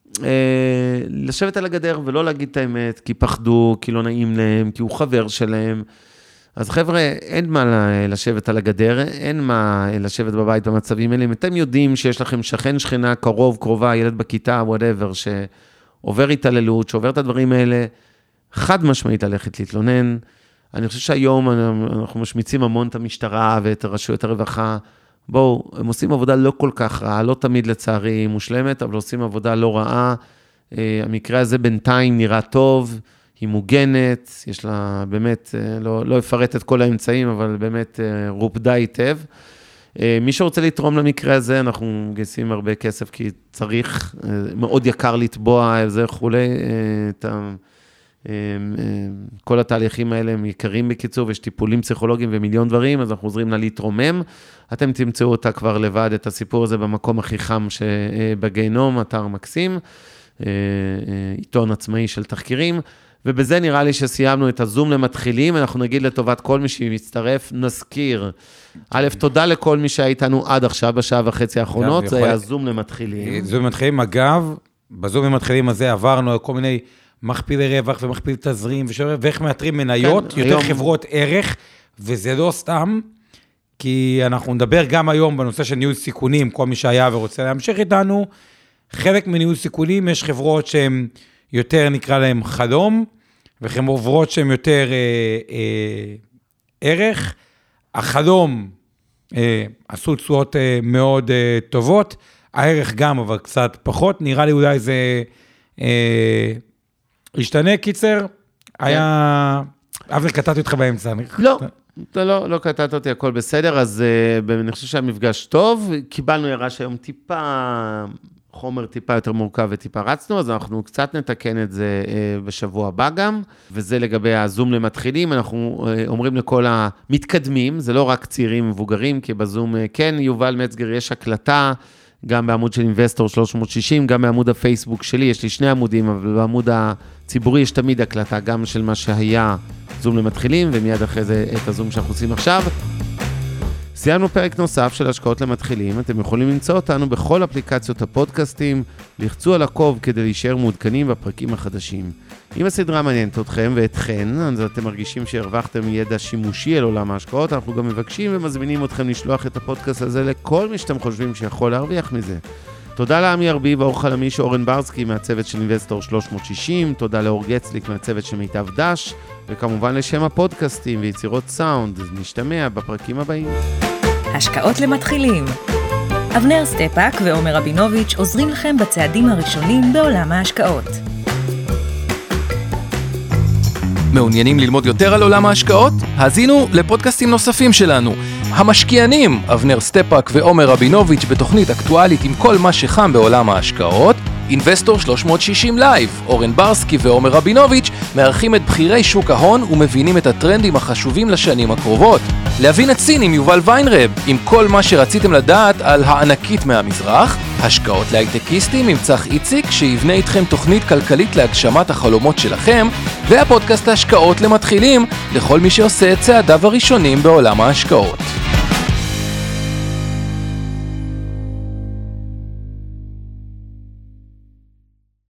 לשבת על הגדר ולא להגיד את האמת, כי פחדו, כי לא נעים להם, כי הוא חבר שלהם. אז חבר'ה, אין מה לשבת על הגדר, אין מה לשבת בבית במצבים האלה. אם אתם יודעים שיש לכם שכן, שכנה, קרוב, קרובה, ילד בכיתה, whatever, שעובר התעללות, שעובר את הדברים האלה, חד משמעית ללכת להתלונן. אני חושב שהיום אנחנו משמיצים המון את המשטרה ואת רשויות הרווחה. בואו, הם עושים עבודה לא כל כך רעה, לא תמיד לצערי מושלמת, אבל עושים עבודה לא רעה. המקרה הזה בינתיים נראה טוב, היא מוגנת, יש לה באמת, לא אפרט את כל האמצעים, אבל באמת רופדה היטב. מי שרוצה לתרום למקרה הזה, אנחנו מגייסים הרבה כסף, כי צריך, מאוד יקר לתבוע, זה וכולי, כל התהליכים האלה הם יקרים בקיצור, ויש טיפולים פסיכולוגיים ומיליון דברים, אז אנחנו עוזרים לה להתרומם. אתם תמצאו אותה כבר לבד, את הסיפור הזה במקום הכי חם שבגיהנום, אתר מקסים, עיתון עצמאי של תחקירים, ובזה נראה לי שסיימנו את הזום למתחילים, אנחנו נגיד לטובת כל מי שמצטרף, נזכיר. א', תודה לכל מי שהיה איתנו עד עכשיו, בשעה וחצי האחרונות, זה היה זום למתחילים. זום למתחילים, אגב, בזום למתחילים הזה עברנו כל מיני מכפילי רווח ומכפיל תזרים, ואיך מאתרים מניות, יותר היום חברות ערך, וזה לא סתם, כי אנחנו נדבר גם היום בנושא של ניהול סיכונים, כל מי שהיה ורוצה להמשיך איתנו, חלק מניהול סיכונים, יש חברות שהן יותר נקרא להן חלום, וחברות שהן יותר ערך. החלום עשו תשואות מאוד טובות, הערך גם אבל קצת פחות, נראה לי אולי זה השתנה. קיצר, היה, אבל קטעתי אותך באמצע. לא קטעת אותי, הכל בסדר, אז אני חושב שהמפגש טוב, קיבלנו הערה שהיום חומר טיפה יותר מורכב וטיפה רצנו, אז אנחנו קצת נתקן את זה בשבוע הבא גם, וזה לגבי הזום למתחילים, אנחנו אומרים לכל המתקדמים, זה לא רק צעירים ומבוגרים, כי בזום כן, יובל מצגר, יש הקלטה, גם בעמוד של אינבסטור 360, גם בעמוד הפייסבוק שלי, יש לי 2 עמודים, אבל בעמוד הציבורי יש תמיד הקלטה, גם של מה שהיה זום למתחילים, ומיד אחרי זה את הזום שאנחנו עושים עכשיו. סיימנו פרק נוסף של השקעות למתחילים, אתם יכולים למצוא אותנו בכל אפליקציות הפודקאסטים, לחצו על עקוב כדי להישאר מעודכנים בפרקים החדשים. אם הסדרה מעניינת אתכם ואתכן, אז אתם מרגישים שהרווחתם ידע שימושי על עולם ההשקעות, אנחנו גם מבקשים ומזמינים אתכם לשלוח את הפודקאסט הזה לכל מי שאתם חושבים שיכול להרוויח מזה. תודה לעמי ארבי ואור חלמיש אורן ברסקי מהצוות של אינבסטור 360, תודה לאור גצליק מהצוות של מיטב דש, וכמובן לשם הפודקאסטים ויצירות סאונד, נשתמע בפרקים הבאים. השקעות למתחילים. אבנר סטפאק ועומר רבינוביץ' עוזרים לכם בצעדים הראשונים בעולם ההשקעות. מעוניינים ללמוד יותר על עולם ההשקעות? האזינו לפודקאסטים נוספים שלנו. המשקיענים, אבנר סטפאק ועומר רבינוביץ' בתוכנית אקטואלית עם כל מה שחם בעולם ההשקעות. אינבסטור 360 לייב, אורן ברסקי ועומר רבינוביץ' מארחים את בחירי שוק ההון ומבינים את הטרנדים החשובים לשנים הקרובות. להבין את סין עם יובל ויינרב, עם כל מה שרציתם לדעת על הענקית מהמזרח, השקעות להייטקיסטים עם צח איציק, שיבנה איתכם תוכנית כלכלית להגשמת החלומות שלכם, והפודקאסט ההשקעות למתחילים, לכל מי שעושה את צעדיו הראשונים בעולם ההשקעות.